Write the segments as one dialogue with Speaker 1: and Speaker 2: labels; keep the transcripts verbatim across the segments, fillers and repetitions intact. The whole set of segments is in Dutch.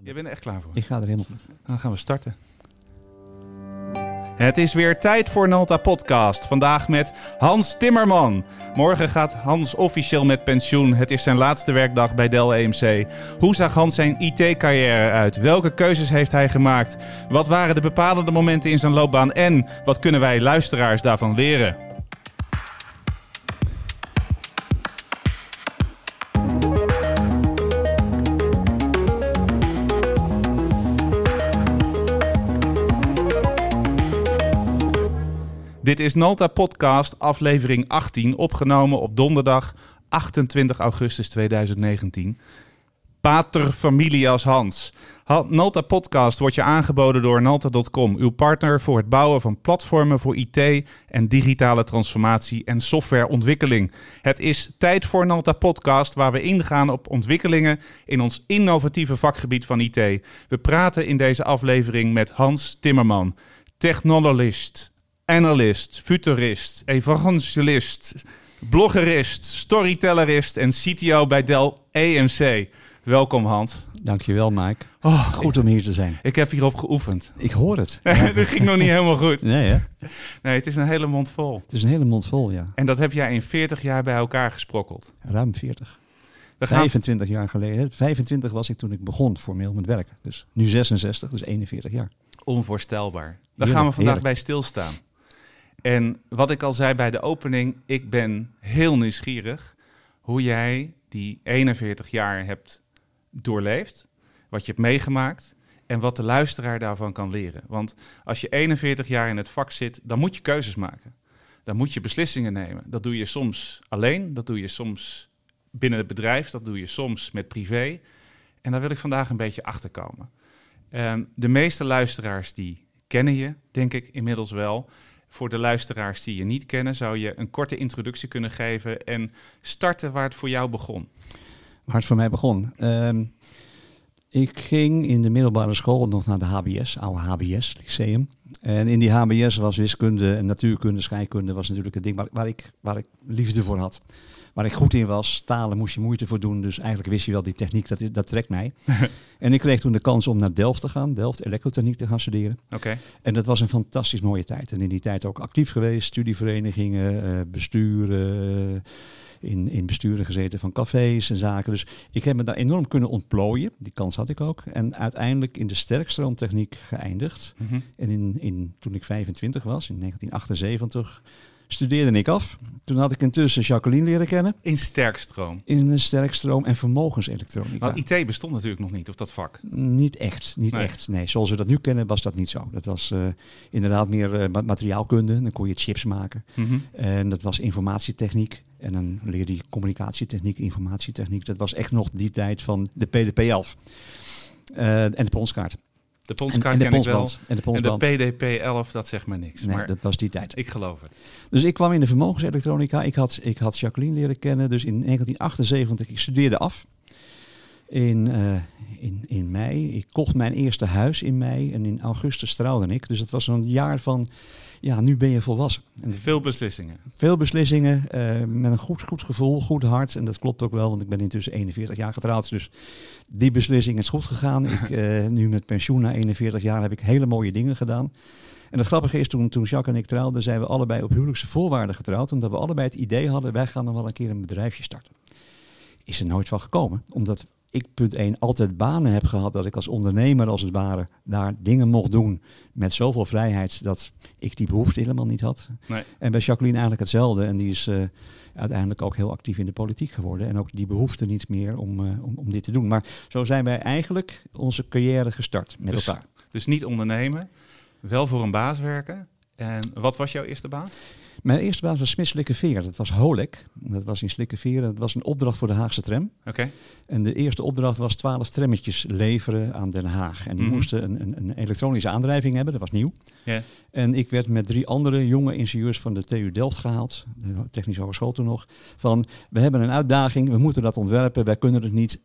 Speaker 1: Je bent er echt klaar voor?
Speaker 2: Ik ga er helemaal voor.
Speaker 1: Dan gaan we starten. Het is weer tijd voor Nalta Podcast. Vandaag met Hans Timmerman. Morgen gaat Hans officieel met pensioen. Het is zijn laatste werkdag bij Dell E M C. Hoe zag Hans zijn I T-carrière uit? Welke keuzes heeft hij gemaakt? Wat waren de bepalende momenten in zijn loopbaan? En wat kunnen wij luisteraars daarvan leren? Dit is Nalta Podcast, aflevering achttien, opgenomen op donderdag achtentwintig augustus tweeduizend negentien. Pater familias Hans. Nalta Podcast wordt je aangeboden door Nalta punt com, uw partner voor het bouwen van platformen voor I T en digitale transformatie en softwareontwikkeling. Het is tijd voor Nalta Podcast, waar we ingaan op ontwikkelingen in ons innovatieve vakgebied van I T. We praten in deze aflevering met Hans Timmerman, technologist, analyst, futurist, evangelist, bloggerist, storytellerist en C T O bij Dell E M C. Welkom Hans.
Speaker 2: Dankjewel Mike.
Speaker 1: Oh,
Speaker 2: Goed om hier te zijn.
Speaker 1: Ik heb hierop geoefend.
Speaker 2: Ik hoor het.
Speaker 1: Dat ging nog niet helemaal goed.
Speaker 2: Nee hè?
Speaker 1: Nee, het is een hele mond vol.
Speaker 2: Het is een hele mond vol, ja.
Speaker 1: En dat heb jij in veertig jaar bij elkaar gesprokkeld.
Speaker 2: Ruim veertig.
Speaker 1: We gaan...
Speaker 2: vijfentwintig jaar geleden. vijfentwintig was ik toen ik begon formeel met werken. Dus nu zesenzestig, dus eenenveertig jaar.
Speaker 1: Onvoorstelbaar. Daar
Speaker 2: Heerlijk,
Speaker 1: gaan we vandaag
Speaker 2: heerlijk.
Speaker 1: bij stilstaan. En wat ik al zei bij de opening, ik ben heel nieuwsgierig hoe jij die eenenveertig jaar hebt doorleefd, wat je hebt meegemaakt en wat de luisteraar daarvan kan leren. Want als je eenenveertig jaar in het vak zit, dan moet je keuzes maken. Dan moet je beslissingen nemen. Dat doe je soms alleen, dat doe je soms binnen het bedrijf, dat doe je soms met privé. En daar wil ik vandaag een beetje achter komen. Um, de meeste luisteraars die kennen je, denk ik inmiddels wel. Voor de luisteraars die je niet kennen, zou je een korte introductie kunnen geven en starten waar het voor jou begon.
Speaker 2: Waar het voor mij begon. Um, ik ging in de middelbare school nog naar de H B S, oude H B S, lyceum. En in die H B S was wiskunde en natuurkunde, scheikunde was natuurlijk het ding waar, waar, ik, waar ik liefde voor had. Waar ik goed in was, talen moest je moeite voor doen, dus eigenlijk wist je wel die techniek, dat, dat trekt mij. En ik kreeg toen de kans om naar Delft te gaan, Delft elektrotechniek te gaan studeren.
Speaker 1: Okay.
Speaker 2: En dat was een fantastisch mooie tijd. En in die tijd ook actief geweest, studieverenigingen, uh, besturen, uh, in, in besturen gezeten van cafés en zaken. Dus ik heb me daar enorm kunnen ontplooien, die kans had ik ook. En uiteindelijk in de sterkstroomtechniek geëindigd. Mm-hmm. En in, in, toen ik vijfentwintig was, in negentien achtenzeventig... studeerde ik af. Toen had ik intussen Jacqueline leren kennen.
Speaker 1: In sterkstroom?
Speaker 2: In een sterkstroom en vermogenselektronica.
Speaker 1: Maar I T bestond natuurlijk nog niet, of dat vak?
Speaker 2: Niet echt, niet
Speaker 1: nee.
Speaker 2: echt. Nee, zoals we dat nu kennen was dat niet zo. Dat was uh, inderdaad meer uh, materiaalkunde. Dan kon je chips maken. Mm-hmm. En dat was informatietechniek. En dan leerde je communicatietechniek, informatietechniek. Dat was echt nog die tijd van de P D P elf. Uh, en de ponskaart.
Speaker 1: De ponskaart
Speaker 2: en, en
Speaker 1: ken
Speaker 2: de
Speaker 1: ik wel.
Speaker 2: En de,
Speaker 1: en de P D P elf, dat zegt maar niks.
Speaker 2: Nee,
Speaker 1: maar
Speaker 2: dat was die tijd.
Speaker 1: Ik geloof het.
Speaker 2: Dus ik kwam in de vermogenselektronica. Ik had, ik had Jacqueline leren kennen. Dus in negentien achtenzeventig, ik studeerde af. In, uh, in, in mei. Ik kocht mijn eerste huis in mei. En in augustus trouwde ik. Dus het was een jaar van, ja, nu ben je volwassen. En
Speaker 1: veel beslissingen.
Speaker 2: Veel beslissingen. Uh, met een goed, goed gevoel, goed hart. En dat klopt ook wel, want ik ben intussen eenenveertig jaar getrouwd. Dus die beslissing is goed gegaan. Ik, uh, nu met pensioen na eenenveertig jaar heb ik hele mooie dingen gedaan. En het grappige is, toen, toen Jacques en ik trouwden, zijn we allebei op huwelijkse voorwaarden getrouwd. Omdat we allebei het idee hadden, wij gaan dan wel een keer een bedrijfje starten. Is er nooit van gekomen. Omdat ik, punt één, altijd banen heb gehad. Dat ik als ondernemer, als het ware, daar dingen mocht doen. Met zoveel vrijheid dat ik die behoefte helemaal niet had.
Speaker 1: Nee.
Speaker 2: En bij Jacqueline eigenlijk hetzelfde. En die is uh, uiteindelijk ook heel actief in de politiek geworden. En ook die behoefte niet meer om, uh, om, om dit te doen. Maar zo zijn wij eigenlijk onze carrière gestart met
Speaker 1: dus,
Speaker 2: elkaar.
Speaker 1: Dus niet ondernemen, wel voor een baas werken. En wat was jouw eerste baan?
Speaker 2: Mijn eerste baan was Smit Slikkeveer. Dat was Holek. Dat was in Slikkeveer. Dat was een opdracht voor de Haagse tram.
Speaker 1: Okay.
Speaker 2: En de eerste opdracht was twaalf trammetjes leveren aan Den Haag. En die mm-hmm. moesten een, een, een elektronische aandrijving hebben. Dat was nieuw.
Speaker 1: Yeah.
Speaker 2: En ik werd met drie andere jonge ingenieurs van de T U Delft gehaald. De Technische Hogeschool toen nog. Van, we hebben een uitdaging. We moeten dat ontwerpen. Wij kunnen het niet.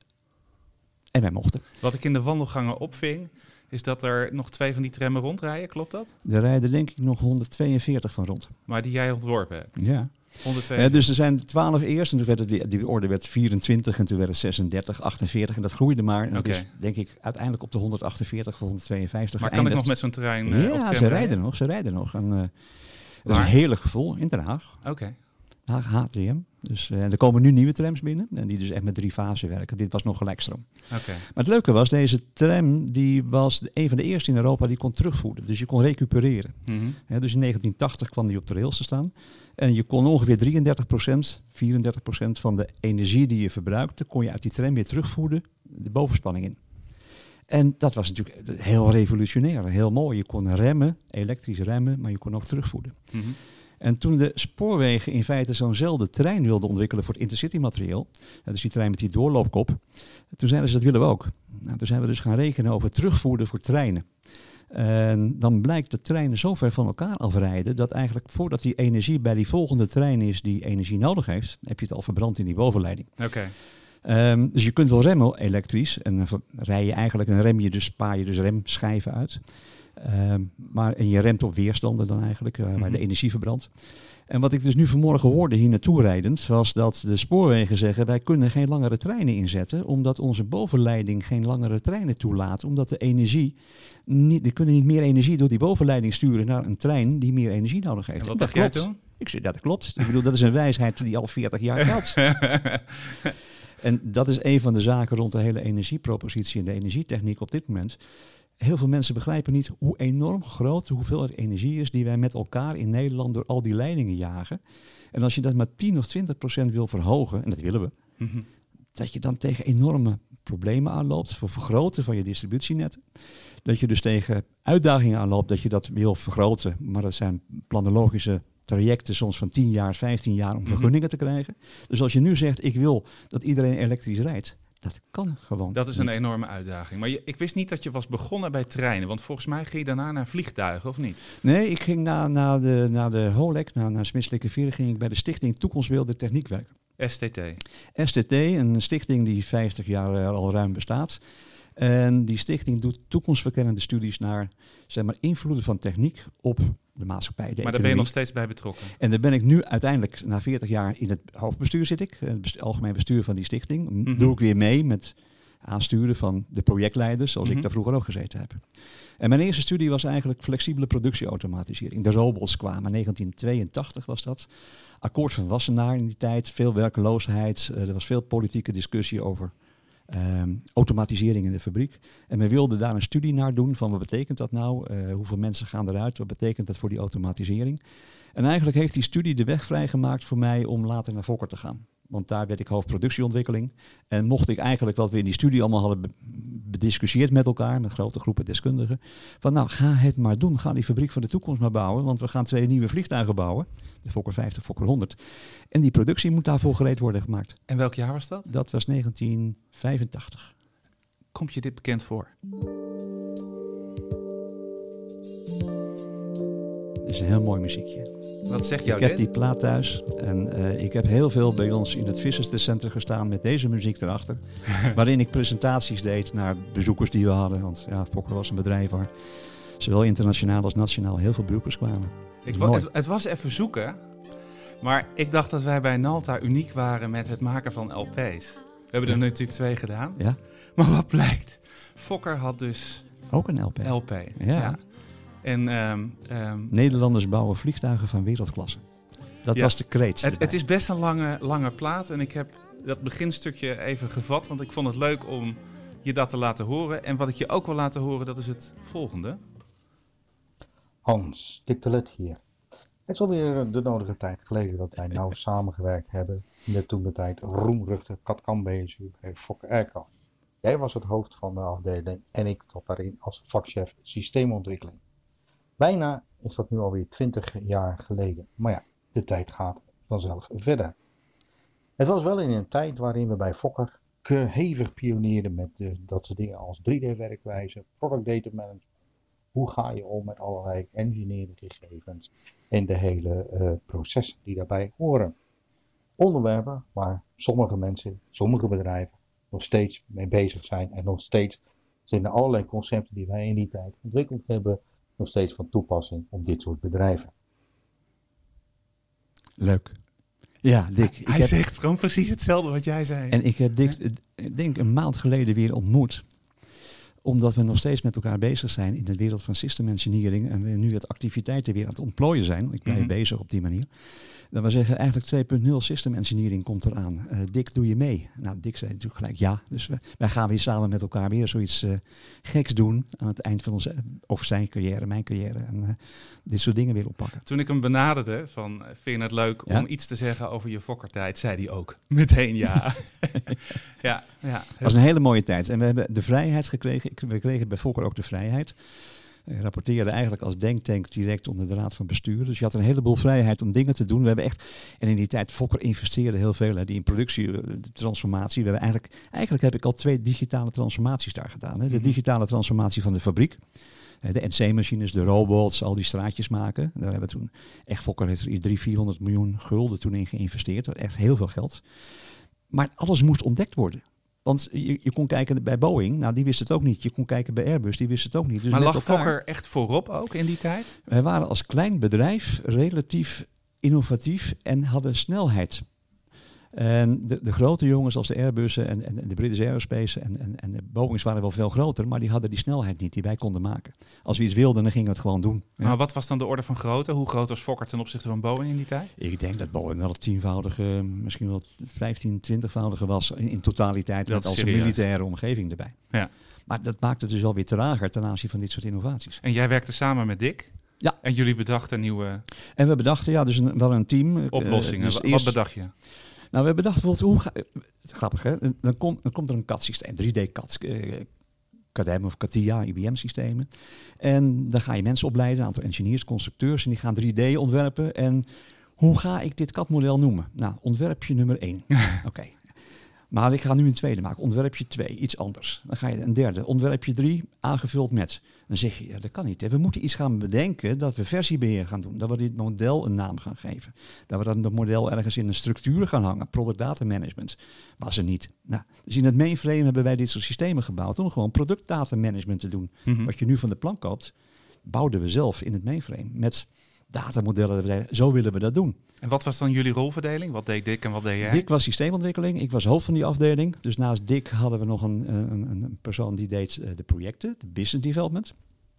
Speaker 2: En wij mochten.
Speaker 1: Wat ik in de wandelgangen opving, is dat er nog twee van die trammen rondrijden. Klopt dat?
Speaker 2: Er rijden denk ik nog honderdtweeënveertig van rond.
Speaker 1: Maar die jij ontworpen hebt?
Speaker 2: Ja.
Speaker 1: honderdtweeënveertig.
Speaker 2: Uh, dus er zijn twaalf eerst en toen werd het, die, die orde werd vierentwintig en toen werd het zesendertig, achtenveertig en dat groeide maar. En
Speaker 1: Oké.
Speaker 2: dat is denk ik uiteindelijk op de honderdachtenveertig of honderdtweeënvijftig
Speaker 1: Maar
Speaker 2: geëindigd.
Speaker 1: kan ik nog met zo'n trein uh,
Speaker 2: Ja,
Speaker 1: of tram
Speaker 2: ze rijden nog, ze rijden nog. En, uh, dat is
Speaker 1: Waar?
Speaker 2: een heerlijk gevoel in Den Haag.
Speaker 1: Oké. Okay.
Speaker 2: H T M. Dus uh, er komen nu nieuwe trams binnen en die dus echt met drie fasen werken. Dit was nog gelijkstroom.
Speaker 1: Okay.
Speaker 2: Maar het leuke was, deze tram die was een van de eerste in Europa die kon terugvoeren. Dus je kon recupereren.
Speaker 1: Mm-hmm.
Speaker 2: Ja, dus in negentien tachtig kwam die op de rails te staan. En je kon ongeveer drieëndertig procent, vierendertig procent van de energie die je verbruikte, kon je uit die tram weer terugvoeren de bovenspanning in. En dat was natuurlijk heel revolutionair, heel mooi. Je kon remmen, elektrisch remmen, maar je kon ook terugvoeren.
Speaker 1: Mm-hmm.
Speaker 2: En toen de spoorwegen in feite zo'nzelfde trein wilden ontwikkelen voor het intercity-materiaal, dus die trein met die doorloopkop, toen zeiden ze dat willen we ook. Nou, toen zijn we dus gaan rekenen over terugvoeren voor treinen. En dan blijkt dat treinen zo ver van elkaar afrijden dat eigenlijk voordat die energie bij die volgende trein is die energie nodig heeft, heb je het al verbrand in die bovenleiding.
Speaker 1: Oké. Okay.
Speaker 2: Um, dus je kunt wel remmen elektrisch en dan rij je eigenlijk en rem je dus, spaar je dus remschijven uit. Um, maar, en je remt op weerstanden dan eigenlijk, uh, waar mm-hmm. de energie verbrandt. En wat ik dus nu vanmorgen hoorde hier naartoe rijdend, was dat de spoorwegen zeggen wij kunnen geen langere treinen inzetten, omdat onze bovenleiding geen langere treinen toelaat. Omdat de energie, niet, er kunnen niet meer energie door die bovenleiding sturen naar een trein die meer energie nodig heeft.
Speaker 1: En wat
Speaker 2: dat
Speaker 1: dacht
Speaker 2: klopt.
Speaker 1: jij toen?
Speaker 2: Ik zei, ja, dat klopt. Ik bedoel, dat is een wijsheid die al veertig jaar geldt. En dat is een van de zaken rond de hele energiepropositie en de energietechniek op dit moment. Heel veel mensen begrijpen niet hoe enorm groot de hoeveelheid energie is die wij met elkaar in Nederland door al die leidingen jagen. En als je dat maar tien of twintig procent wil verhogen, en dat willen we, mm-hmm. dat je dan tegen enorme problemen aanloopt voor vergroten van je distributienetten. Dat je dus tegen uitdagingen aanloopt dat je dat wil vergroten, maar dat zijn planologische trajecten soms van tien jaar, vijftien jaar om vergunningen te krijgen. Dus als je nu zegt, ik wil dat iedereen elektrisch rijdt, dat kan gewoon
Speaker 1: Dat is
Speaker 2: niet.
Speaker 1: een enorme uitdaging. Maar je, ik wist niet dat je was begonnen bij treinen, want volgens mij ging je daarna naar vliegtuigen, of niet?
Speaker 2: Nee, ik ging na, na de, na de H O L E C, na, na Smitselijke Vieren, ging ik bij de stichting Toekomstbeelden Techniek werken.
Speaker 1: S T T.
Speaker 2: S T T, een stichting die vijftig jaar al ruim bestaat. En die stichting doet toekomstverkennende studies naar zeg maar, invloeden van techniek op de maatschappij, de
Speaker 1: Maar
Speaker 2: economie.
Speaker 1: daar ben je nog steeds bij betrokken?
Speaker 2: En daar ben ik nu uiteindelijk, na veertig jaar, in het hoofdbestuur zit ik. Het bestuur, algemeen bestuur van die stichting. Mm-hmm. Doe ik weer mee met aansturen van de projectleiders, zoals mm-hmm. ik daar vroeger ook gezeten heb. En mijn eerste studie was eigenlijk flexibele productieautomatisering. De robots kwamen, negentien tweeëntachtig was dat. Akkoord van Wassenaar in die tijd, veel werkeloosheid. Uh, er was veel politieke discussie over Um, automatisering in de fabriek. En men wilde daar een studie naar doen van wat betekent dat nou? Uh, hoeveel mensen gaan eruit? Wat betekent dat voor die automatisering? En eigenlijk heeft die studie de weg vrijgemaakt voor mij om later naar Fokker te gaan. Want daar werd ik hoofdproductieontwikkeling. En mocht ik eigenlijk wat we in die studie allemaal hadden be- bediscussieerd met elkaar, met grote groepen deskundigen, van nou, ga het maar doen. Ga die fabriek van de toekomst maar bouwen. Want we gaan twee nieuwe vliegtuigen bouwen. De Fokker vijftig, Fokker honderd. En die productie moet daarvoor gereed worden gemaakt.
Speaker 1: En welk jaar was dat?
Speaker 2: Dat was negentien vijfentachtig.
Speaker 1: Komt je dit bekend voor?
Speaker 2: Dat is een heel mooi muziekje.
Speaker 1: Wat zeg jou
Speaker 2: Ik heb
Speaker 1: dit?
Speaker 2: die plaat thuis en uh, ik heb heel veel bij ons in het Visserscentrum gestaan met deze muziek erachter. Waarin ik presentaties deed naar bezoekers die we hadden. Want ja, Fokker was een bedrijf waar zowel internationaal als nationaal heel veel bezoekers kwamen.
Speaker 1: Ik wa- het, het was even zoeken, maar ik dacht dat wij bij Nalta uniek waren met het maken van L P's. We hebben er natuurlijk twee gedaan.
Speaker 2: Ja?
Speaker 1: Maar wat blijkt? Fokker had dus
Speaker 2: ook een L P.
Speaker 1: L P.
Speaker 2: Ja.
Speaker 1: ja. En, um, um,
Speaker 2: Nederlanders bouwen vliegtuigen van wereldklasse. Dat
Speaker 1: ja.
Speaker 2: was de kreet.
Speaker 1: Het, het is best een lange, lange plaat en ik heb dat beginstukje even gevat, want ik vond het leuk om je dat te laten horen. En wat ik je ook wil laten horen, dat is het volgende.
Speaker 3: Hans, Dick de Let hier. Het is alweer de nodige tijd geleden dat wij nauw samengewerkt hebben in de toentertijd roemruchte Katkan-bezig bij Fokker Aircraft. Jij was het hoofd van de afdeling en ik zat daarin als vakchef systeemontwikkeling. Bijna is dat nu alweer twintig jaar geleden, maar ja, de tijd gaat vanzelf verder. Het was wel in een tijd waarin we bij Fokker hevig pioneerden met de, dat soort dingen als drie D-werkwijze, product data management. Hoe ga je om met allerlei engineering gegevens en de hele uh, processen die daarbij horen. Onderwerpen waar sommige mensen, sommige bedrijven nog steeds mee bezig zijn en nog steeds zijn er allerlei concepten die wij in die tijd ontwikkeld hebben nog steeds van toepassing op dit soort bedrijven.
Speaker 2: Leuk. Ja, Dick. Ik
Speaker 1: Hij
Speaker 2: heb,
Speaker 1: zegt gewoon precies hetzelfde wat jij zei.
Speaker 2: en ik heb Dick, ik denk een maand geleden weer ontmoet. Omdat we nog steeds met elkaar bezig zijn in de wereld van system engineering. En we nu het activiteiten weer aan het ontplooien zijn. Ik blijf
Speaker 1: Mm-hmm.
Speaker 2: bezig op die manier. Dat we zeggen eigenlijk twee punt nul system engineering komt eraan. Uh, Dick, doe je mee? Nou, Dick zei natuurlijk gelijk ja. Dus we, wij gaan weer samen met elkaar weer zoiets uh, geks doen. Aan het eind van onze, of zijn carrière, mijn carrière. En uh, dit soort dingen weer oppakken.
Speaker 1: Toen ik hem benaderde van, uh, vind je het leuk
Speaker 2: Ja?
Speaker 1: om iets te zeggen over je fokkertijd, zei hij ook meteen ja. ja, ja.
Speaker 2: Het was een hele mooie tijd. En we hebben de vrijheid gekregen. Ik, we kregen bij Fokker ook de vrijheid. Ik rapporteerde eigenlijk als denktank direct onder de raad van bestuur. Dus je had een heleboel vrijheid om dingen te doen. We hebben echt, en in die tijd, Fokker investeerde heel veel. Hè, die in productie, de transformatie. We hebben eigenlijk, eigenlijk heb ik al twee digitale transformaties daar gedaan. Hè. De digitale transformatie van de fabriek. De N C-machines, de robots, al die straatjes maken. Daar hebben we toen, echt Fokker heeft er driehonderd, vierhonderd miljoen gulden toen in geïnvesteerd. Echt heel veel geld. Maar alles moest ontdekt worden. Want je, je kon kijken bij Boeing, nou die wist het ook niet. Je kon kijken bij Airbus, die wist het ook niet. Dus
Speaker 1: maar
Speaker 2: met
Speaker 1: lag
Speaker 2: elkaar,
Speaker 1: Fokker echt voorop ook in die tijd?
Speaker 2: Wij waren als klein bedrijf relatief innovatief en hadden snelheid. En de, de grote jongens als de Airbussen en, en de British Aerospace en, en, en de Boeings waren wel veel groter, maar die hadden die snelheid niet die wij konden maken. Als we iets wilden, dan gingen we het gewoon doen. Ja.
Speaker 1: Maar wat was dan de orde van grootte? Hoe groot was Fokker ten opzichte van Boeing in die tijd?
Speaker 2: Ik denk dat Boeing wel het tienvoudige, misschien wel vijftien, twintigvoudige was in, in totaliteit
Speaker 1: Dat
Speaker 2: met
Speaker 1: is
Speaker 2: als een
Speaker 1: serieus.
Speaker 2: militaire omgeving erbij.
Speaker 1: Ja.
Speaker 2: Maar dat maakt het dus wel weer trager ten aanzien van dit soort innovaties.
Speaker 1: En jij werkte samen met Dick?
Speaker 2: Ja.
Speaker 1: En jullie bedachten nieuwe
Speaker 2: En we bedachten, ja, dus een, wel een team. uh,
Speaker 1: oplossingen.
Speaker 2: dus
Speaker 1: Wat
Speaker 2: eerst-
Speaker 1: bedacht je?
Speaker 2: Nou, we hebben bedacht bijvoorbeeld, hoe ga, grappig hè, dan, komt dan komt er een C A D-systeem, drie D C A D, uh, C A D M of CATIA, I B M-systemen. En dan ga je mensen opleiden, een aantal engineers, constructeurs, en die gaan drie D ontwerpen. En hoe ga ik dit C A D-model noemen? Nou, ontwerpje nummer één. Oké. Okay. Maar ik ga nu een tweede maken. Ontwerpje twee, iets anders. Dan ga je een derde. Ontwerpje drie, aangevuld met. Dan zeg je, ja, dat kan niet. Hè. We moeten iets gaan bedenken dat we versiebeheer gaan doen. Dat we dit model een naam gaan geven. Dat we dan dat model ergens in een structuur gaan hangen. Product data management. Was er niet. Nou, dus in het mainframe hebben wij dit soort systemen gebouwd om gewoon product data management te doen.
Speaker 1: Mm-hmm.
Speaker 2: Wat je nu van de plank koopt, bouwden we zelf in het mainframe. Met datamodellen. Zo willen we dat doen.
Speaker 1: En wat was dan jullie rolverdeling? Wat deed Dick en wat deed jij?
Speaker 2: Dick was systeemontwikkeling, ik was hoofd van die afdeling. Dus naast Dick hadden we nog een, een, een persoon die deed uh, de projecten, de business development.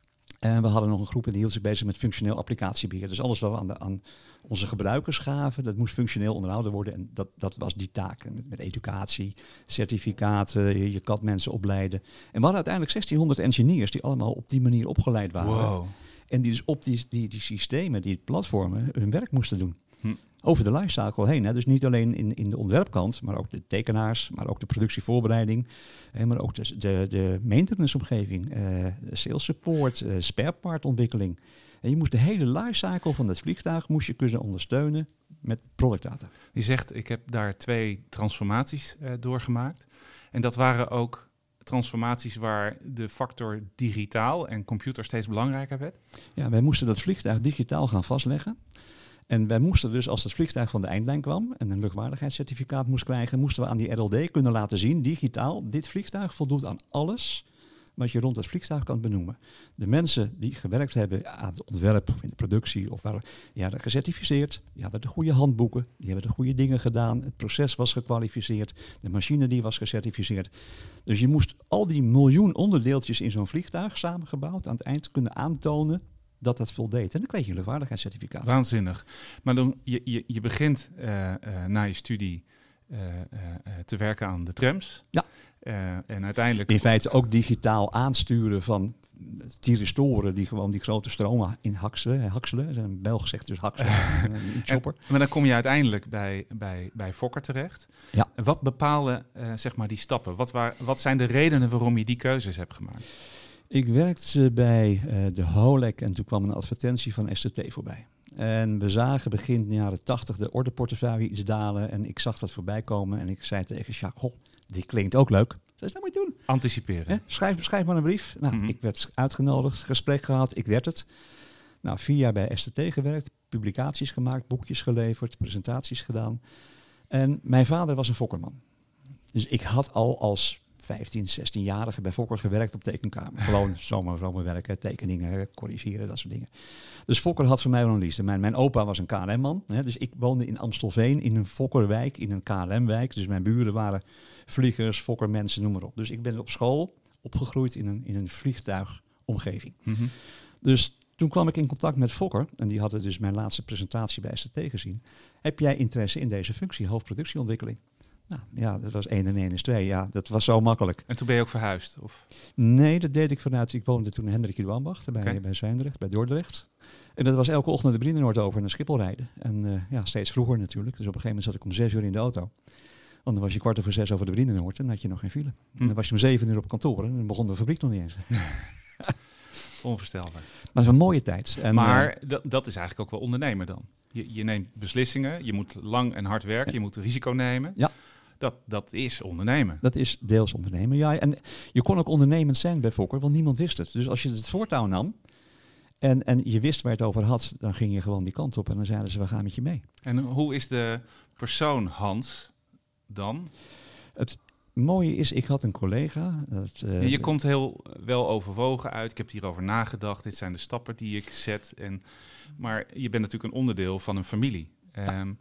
Speaker 2: En we hadden nog een groep en die hield zich bezig met functioneel applicatiebeheer. Dus alles wat we aan, de, aan onze gebruikers gaven, dat moest functioneel onderhouden worden. En dat, dat was die taak. Met, met educatie, certificaten, je, je C A D-mensen opleiden. En we hadden uiteindelijk zestienhonderd engineers die allemaal op die manier opgeleid waren.
Speaker 1: Wow.
Speaker 2: En die dus op die, die, die systemen, die platformen, hun werk moesten doen.
Speaker 1: Hm.
Speaker 2: Over de lifecycle heen. Hè. Dus niet alleen in, in de ontwerpkant, maar ook de tekenaars, maar ook de productievoorbereiding, hè, maar ook de, de, de maintenanceomgeving, uh, sales support, uh, sparepartontwikkeling. En je moest de hele lifecycle van het vliegtuig moest je kunnen ondersteunen met productdata.
Speaker 1: Je zegt, ik heb daar twee transformaties uh, doorgemaakt. En dat waren ook transformaties waar de factor digitaal en computer steeds belangrijker werd?
Speaker 2: Ja, wij moesten dat vliegtuig digitaal gaan vastleggen. En wij moesten dus, als het vliegtuig van de eindlijn kwam en een luchtwaardigheidscertificaat moest krijgen, moesten we aan die R L D kunnen laten zien, digitaal, dit vliegtuig voldoet aan alles wat je rond het vliegtuig kan benoemen. De mensen die gewerkt hebben aan het ontwerp of in de productie, of waar, die hadden gecertificeerd, die hadden de goede handboeken, die hebben de goede dingen gedaan, het proces was gekwalificeerd, de machine die was gecertificeerd. Dus je moest al die miljoen onderdeeltjes in zo'n vliegtuig samengebouwd aan het eind kunnen aantonen dat dat voldeed. En dan kreeg je een luchtwaardigheidscertificaat.
Speaker 1: Waanzinnig. Maar dan, je, je, je begint uh, uh, na je studie uh, uh, te werken aan de trams.
Speaker 2: Ja.
Speaker 1: Uh, en uiteindelijk...
Speaker 2: In feite ook digitaal aansturen van tyristoren die gewoon die grote stromen in hakselen. Hakselen, een Belg zegt dus hakselen, een chopper.
Speaker 1: En, maar dan kom je uiteindelijk bij, bij, bij Fokker terecht.
Speaker 2: Ja.
Speaker 1: Wat bepalen uh, zeg maar die stappen? Wat, waar, wat zijn de redenen waarom je die keuzes hebt gemaakt?
Speaker 2: Ik werkte bij uh, de Holek en toen kwam een advertentie van S T T voorbij. En we zagen begin de jaren tachtig de ordeportefeuille iets dalen en ik zag dat voorbij komen en ik zei tegen Jacques, goh, die klinkt ook leuk. Zei, dat moet je doen.
Speaker 1: Anticiperen.
Speaker 2: Hè? Schrijf, schrijf maar een brief. Nou,
Speaker 1: Mm-hmm.
Speaker 2: Ik werd uitgenodigd, gesprek gehad, ik werd het. Nou, vier jaar bij S T T gewerkt, publicaties gemaakt, boekjes geleverd, presentaties gedaan. En mijn vader was een fokkerman. Dus ik had al als vijftien, zestienjarige bij Fokker gewerkt op tekenkamer. Gewoon zomaar, zomaar werken, tekeningen, corrigeren, dat soort dingen. Dus Fokker had voor mij wel een liefde. Mijn, mijn opa was een K L M-man. Hè, dus ik woonde in Amstelveen in een Fokkerwijk, in een K L M-wijk. Dus mijn buren waren vliegers, Fokkermensen, noem maar op. Dus ik ben op school opgegroeid in een, in een vliegtuigomgeving.
Speaker 1: Mm-hmm.
Speaker 2: Dus toen kwam ik in contact met Fokker. En die hadden dus mijn laatste presentatie bij S T T gezien. Heb jij interesse in deze functie, hoofdproductieontwikkeling? Nou ja, dat was één en één is twee. Ja, dat was zo makkelijk.
Speaker 1: En toen ben je ook verhuisd? Of?
Speaker 2: Nee, dat deed ik vanuit... Ik woonde toen in Hendrik de Ambacht, bij,
Speaker 1: Okay.
Speaker 2: bij Zwijndrecht, bij Dordrecht. En dat was elke ochtend de Brienenoord over naar Schiphol rijden. En uh, ja, steeds vroeger natuurlijk. Dus op een gegeven moment zat ik om zes uur in de auto. Want dan was je kwart over zes over de Brienenoord en dan had je nog geen file. Hm. En dan was je om zeven uur op kantoor en dan begon de fabriek nog niet eens.
Speaker 1: Onvoorstelbaar.
Speaker 2: Maar het was een mooie tijd. En,
Speaker 1: maar uh, dat, dat is eigenlijk ook wel ondernemen dan. Je, je neemt beslissingen, je moet lang en hard werken, ja. je moet risico nemen.
Speaker 2: Ja.
Speaker 1: Dat, dat is ondernemen.
Speaker 2: Dat is deels ondernemen, ja. En je kon ook ondernemend zijn bij Fokker, want niemand wist het. Dus als je het voortouw nam en, en je wist waar je het over had, dan ging je gewoon die kant op en dan zeiden ze, we gaan met je mee.
Speaker 1: En hoe is de persoon Hans dan?
Speaker 2: Het mooie is, ik had een collega. Dat, uh,
Speaker 1: ja, je komt heel wel overwogen uit. Ik heb hierover nagedacht. Dit zijn de stappen die ik zet. En, maar je bent natuurlijk een onderdeel van een familie.
Speaker 2: Ja.
Speaker 1: Um,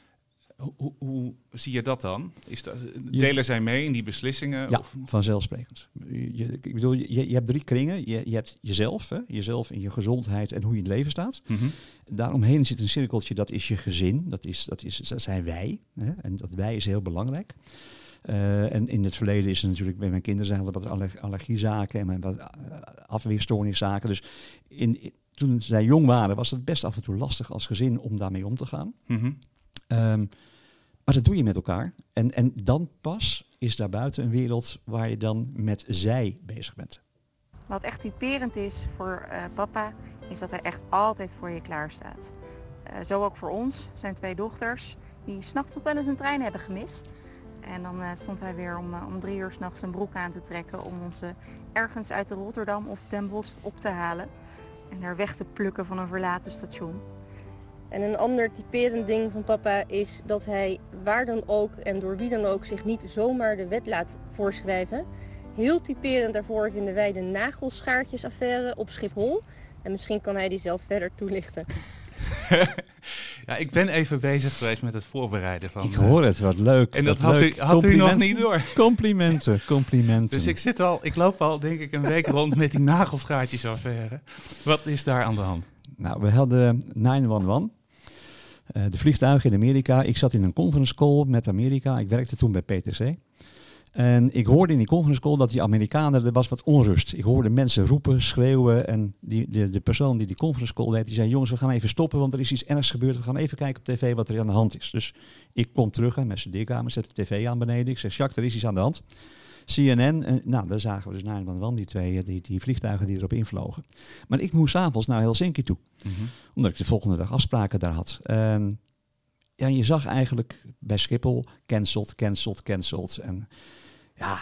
Speaker 1: Hoe, hoe zie je dat dan? Is dat, delen zij mee in die beslissingen?
Speaker 2: Ja,
Speaker 1: of?
Speaker 2: vanzelfsprekend. Je, ik bedoel, je, je hebt drie kringen. Je, je hebt jezelf, hè, jezelf en je gezondheid en hoe je in het leven staat.
Speaker 1: Mm-hmm.
Speaker 2: Daaromheen zit een cirkeltje, dat is je gezin. Dat, is, dat, is, dat zijn wij. Hè, en dat wij is heel belangrijk. Uh, en in het verleden is er natuurlijk bij mijn kinderen zijn er wat aller, allergiezaken en wat afweerstoorniszaken. Dus in, in, toen zij jong waren, was het best af en toe lastig als gezin om daarmee om te gaan.
Speaker 1: Mm-hmm.
Speaker 2: Um, maar dat doe je met elkaar. En, en dan pas is daar buiten een wereld waar je dan met zij bezig bent.
Speaker 4: Wat echt typerend is voor uh, papa, is dat hij echt altijd voor je klaar staat. Uh, zo ook voor ons, zijn twee dochters, die 's nachts nog wel eens een trein hebben gemist. En dan uh, stond hij weer om, uh, om drie uur 's nachts zijn broek aan te trekken om ons uh, ergens uit de Rotterdam of Den Bosch op te halen. En er weg te plukken van een verlaten station.
Speaker 5: En een ander typerend ding van papa is dat hij waar dan ook en door wie dan ook zich niet zomaar de wet laat voorschrijven. Heel typerend daarvoor vinden wij de nagelschaartjesaffaire op Schiphol. En misschien kan hij die zelf verder toelichten.
Speaker 1: Ja, ik ben even bezig geweest met het voorbereiden van...
Speaker 2: Ik hoor het, wat leuk.
Speaker 1: En dat
Speaker 2: had
Speaker 1: leuk. U, had u nog niet door.
Speaker 2: Complimenten, complimenten.
Speaker 1: Dus ik zit al, ik loop al denk ik een week rond met die nagelschaartjesaffaire. Wat is daar aan de hand?
Speaker 2: Nou, we hadden negen een een. Uh, de vliegtuigen in Amerika. Ik zat in een conference call met Amerika. Ik werkte toen bij P T C. En ik hoorde in die conference call dat die Amerikanen, er was wat onrust. Ik hoorde mensen roepen, schreeuwen. En die, de, de persoon die die conference call deed, die zei, jongens, we gaan even stoppen, want er is iets ergs gebeurd. We gaan even kijken op tv wat er aan de hand is. Dus ik kom terug en met zijn studeerkamer, zet de tv aan beneden. Ik zeg, Jacques, er is iets aan de hand. C N N, uh, nou, daar zagen we dus negen een een, die twee die, die vliegtuigen die erop invlogen. Maar ik moest 's avonds naar Helsinki toe.
Speaker 1: Mm-hmm.
Speaker 2: Omdat ik de volgende dag afspraken daar had. En ja, je zag eigenlijk bij Schiphol, cancelled, cancelled, cancelled. En ja,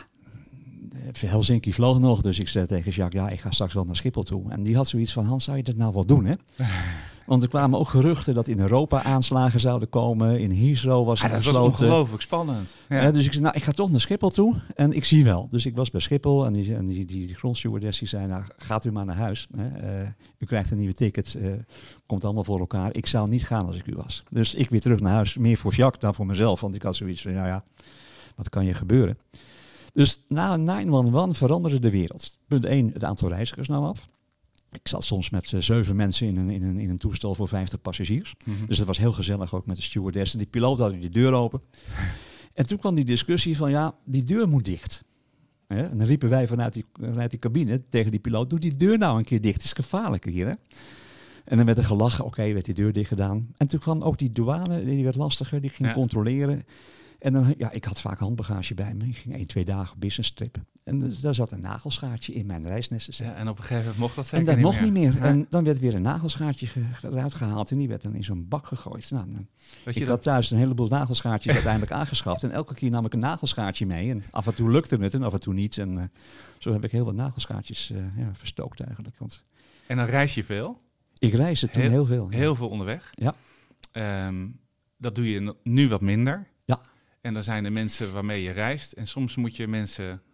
Speaker 2: Helsinki vloog nog. Dus ik zei tegen Jacques, ja, ik ga straks wel naar Schiphol toe. En die had zoiets van, Hans, zou je dat nou wel doen, hè? Want er kwamen ook geruchten dat in Europa aanslagen zouden komen. In Heathrow was het
Speaker 1: ah, dat
Speaker 2: besloten.
Speaker 1: was ongelooflijk spannend. Ja.
Speaker 2: Ja, dus ik zei, nou, ik ga toch naar Schiphol toe en ik zie wel. Dus ik was bij Schiphol en die, en die, die, die grondstewardess die zei, nou, gaat u maar naar huis. Hè? Uh, u krijgt een nieuwe ticket, uh, komt allemaal voor elkaar. Ik zou niet gaan als ik u was. Dus ik weer terug naar huis, meer voor Jacques dan voor mezelf. Want ik had zoiets van, nou ja, wat kan je gebeuren? Dus na negen een een veranderde de wereld. Punt één, het aantal reizigers nam af. Ik zat soms met uh, zeven mensen in een, in, een, in een toestel voor vijftig passagiers. Mm-hmm. Dus dat was heel gezellig ook met de stewardess. En die piloot had die deur open. En toen kwam die discussie van, ja, die deur moet dicht. Hè? En dan riepen wij vanuit die, vanuit die cabine tegen die piloot, doe die deur nou een keer dicht. Het is gevaarlijk hier, hè? En dan werd er gelachen, oké, okay, werd die deur dicht gedaan. En toen kwam ook die douane, die werd lastiger, die ging ja. controleren. En dan, ja, ik had vaak handbagage bij me. Ik ging één, twee dagen business trippen. En daar zat een nagelschaartje in mijn reisnesten.
Speaker 1: Ja, en op een gegeven moment mocht dat zeker
Speaker 2: niet meer. En dat
Speaker 1: niet
Speaker 2: mocht
Speaker 1: meer.
Speaker 2: niet meer.
Speaker 1: Ja.
Speaker 2: En dan werd weer een nagelschaartje ge- eruit gehaald. En die werd dan in zo'n bak gegooid. Nou, dan,
Speaker 1: Weet
Speaker 2: ik
Speaker 1: je
Speaker 2: had
Speaker 1: dat?
Speaker 2: thuis een heleboel nagelschaartjes uiteindelijk aangeschaft. En elke keer nam ik een nagelschaartje mee. En af en toe lukte het en af en toe niet. En uh, zo heb ik heel wat nagelschaartjes uh, ja, verstookt eigenlijk. Want
Speaker 1: en dan reis je veel?
Speaker 2: Ik reisde toen heel, heel veel. Ja.
Speaker 1: Heel veel onderweg?
Speaker 2: Ja.
Speaker 1: Um, dat doe je nu wat minder?
Speaker 2: Ja.
Speaker 1: En dan zijn er mensen waarmee je reist. En soms moet je mensen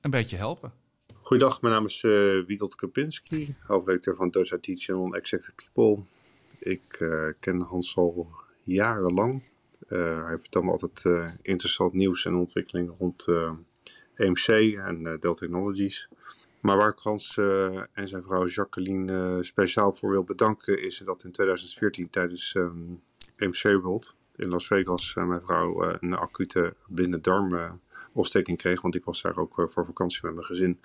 Speaker 1: een beetje helpen.
Speaker 6: Goeiedag, mijn naam is uh, Witold Kapinski, hoofdredacteur van Those I Teach en On-Executive People. Ik uh, ken Hans al jarenlang. Uh, hij vertelt me altijd uh, interessant nieuws en ontwikkelingen rond uh, E M C en uh, Dell Technologies. Maar waar ik Hans uh, en zijn vrouw Jacqueline uh, speciaal voor wil bedanken is dat in twintig veertien tijdens um, E M C World in Las Vegas uh, mijn vrouw uh, een acute blinde darmontsteking uh, kreeg. Want ik was daar ook uh, voor vakantie met mijn gezin.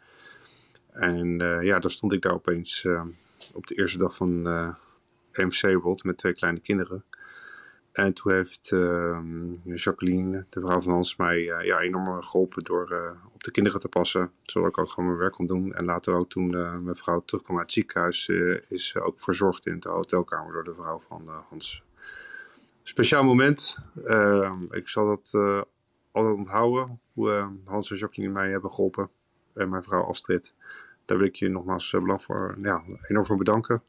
Speaker 6: En uh, ja, dan stond ik daar opeens uh, op de eerste dag van uh, E M C World met twee kleine kinderen. En toen heeft uh, Jacqueline, de vrouw van Hans, mij uh, ja, enorm geholpen door uh, op de kinderen te passen. Zodat ik ook gewoon mijn werk kon doen. En later ook toen uh, mijn vrouw terugkwam uit het ziekenhuis, uh, is uh, ook verzorgd in de hotelkamer door de vrouw van uh, Hans. Speciaal moment. Uh, ik zal dat uh, altijd onthouden. Hoe uh, Hans en Jacqueline mij hebben geholpen. En mijn vrouw Astrid. Daar wil ik je nogmaals uh, belang voor, ja, enorm voor bedanken.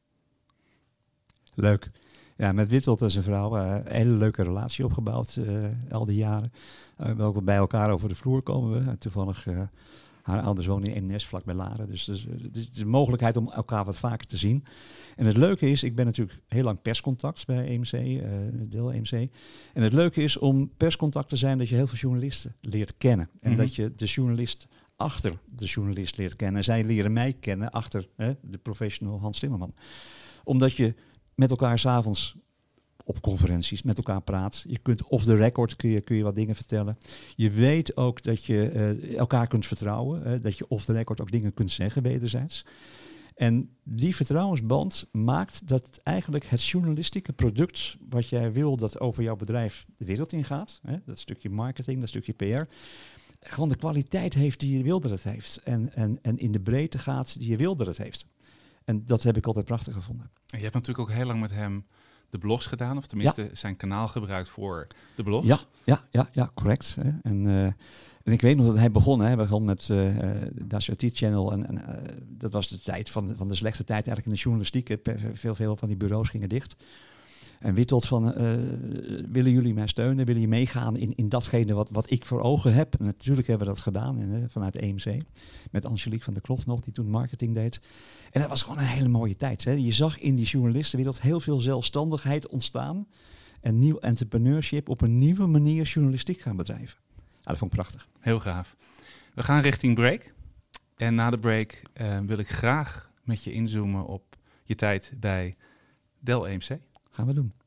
Speaker 2: Leuk. Ja, met Witold en zijn vrouw uh, een hele leuke relatie opgebouwd uh, al die jaren. Uh, we ook bij elkaar over de vloer komen we. Uh, toevallig, uh, haar ouders wonen in Eemnes, vlak bij Laren. Dus, dus uh, het is een mogelijkheid om elkaar wat vaker te zien. En het leuke is, ik ben natuurlijk heel lang perscontact bij E M C, uh, Dell E M C. En het leuke is om perscontact te zijn dat je heel veel journalisten leert kennen. En mm-hmm. dat je de journalist achter de journalist leert kennen. En zij leren mij kennen achter hè, de professional Hans Timmerman. Omdat je met elkaar 's avonds op conferenties met elkaar praat. Je kunt off the record kun je, kun je wat dingen vertellen. Je weet ook dat je uh, elkaar kunt vertrouwen. Uh, dat je off the record ook dingen kunt zeggen wederzijds. En die vertrouwensband maakt dat eigenlijk het journalistieke product wat jij wil dat over jouw bedrijf de wereld ingaat. Hè, dat stukje marketing, dat stukje P R. Gewoon de kwaliteit heeft die je wil dat het heeft. En, en, en in de breedte gaat die je wil dat het heeft. En dat heb ik altijd prachtig gevonden.
Speaker 1: En je hebt natuurlijk ook heel lang met hem de blogs gedaan, of tenminste ja. zijn kanaal gebruikt voor de blogs.
Speaker 2: Ja, ja, ja, ja correct. Hè. En, uh, en ik weet nog dat hij begon, hè, begon met uh, de Dacia T-channel. En, en uh, dat was de tijd van, van de slechtste tijd eigenlijk in de journalistiek. Veel, veel van die bureaus gingen dicht. En Witold van, uh, willen jullie mij steunen? Willen je meegaan in, in datgene wat, wat ik voor ogen heb? En natuurlijk hebben we dat gedaan en, uh, vanuit E M C. Met Angelique van der Kloft nog, die toen marketing deed. En dat was gewoon een hele mooie tijd. Hè? Je zag in die journalistenwereld heel veel zelfstandigheid ontstaan. En nieuw entrepreneurship op een nieuwe manier journalistiek gaan bedrijven. Ja, dat vond ik prachtig.
Speaker 1: Heel gaaf. We gaan richting break. En na de break uh, wil ik graag met je inzoomen op je tijd bij Dell E M C.
Speaker 2: Gaan we doen.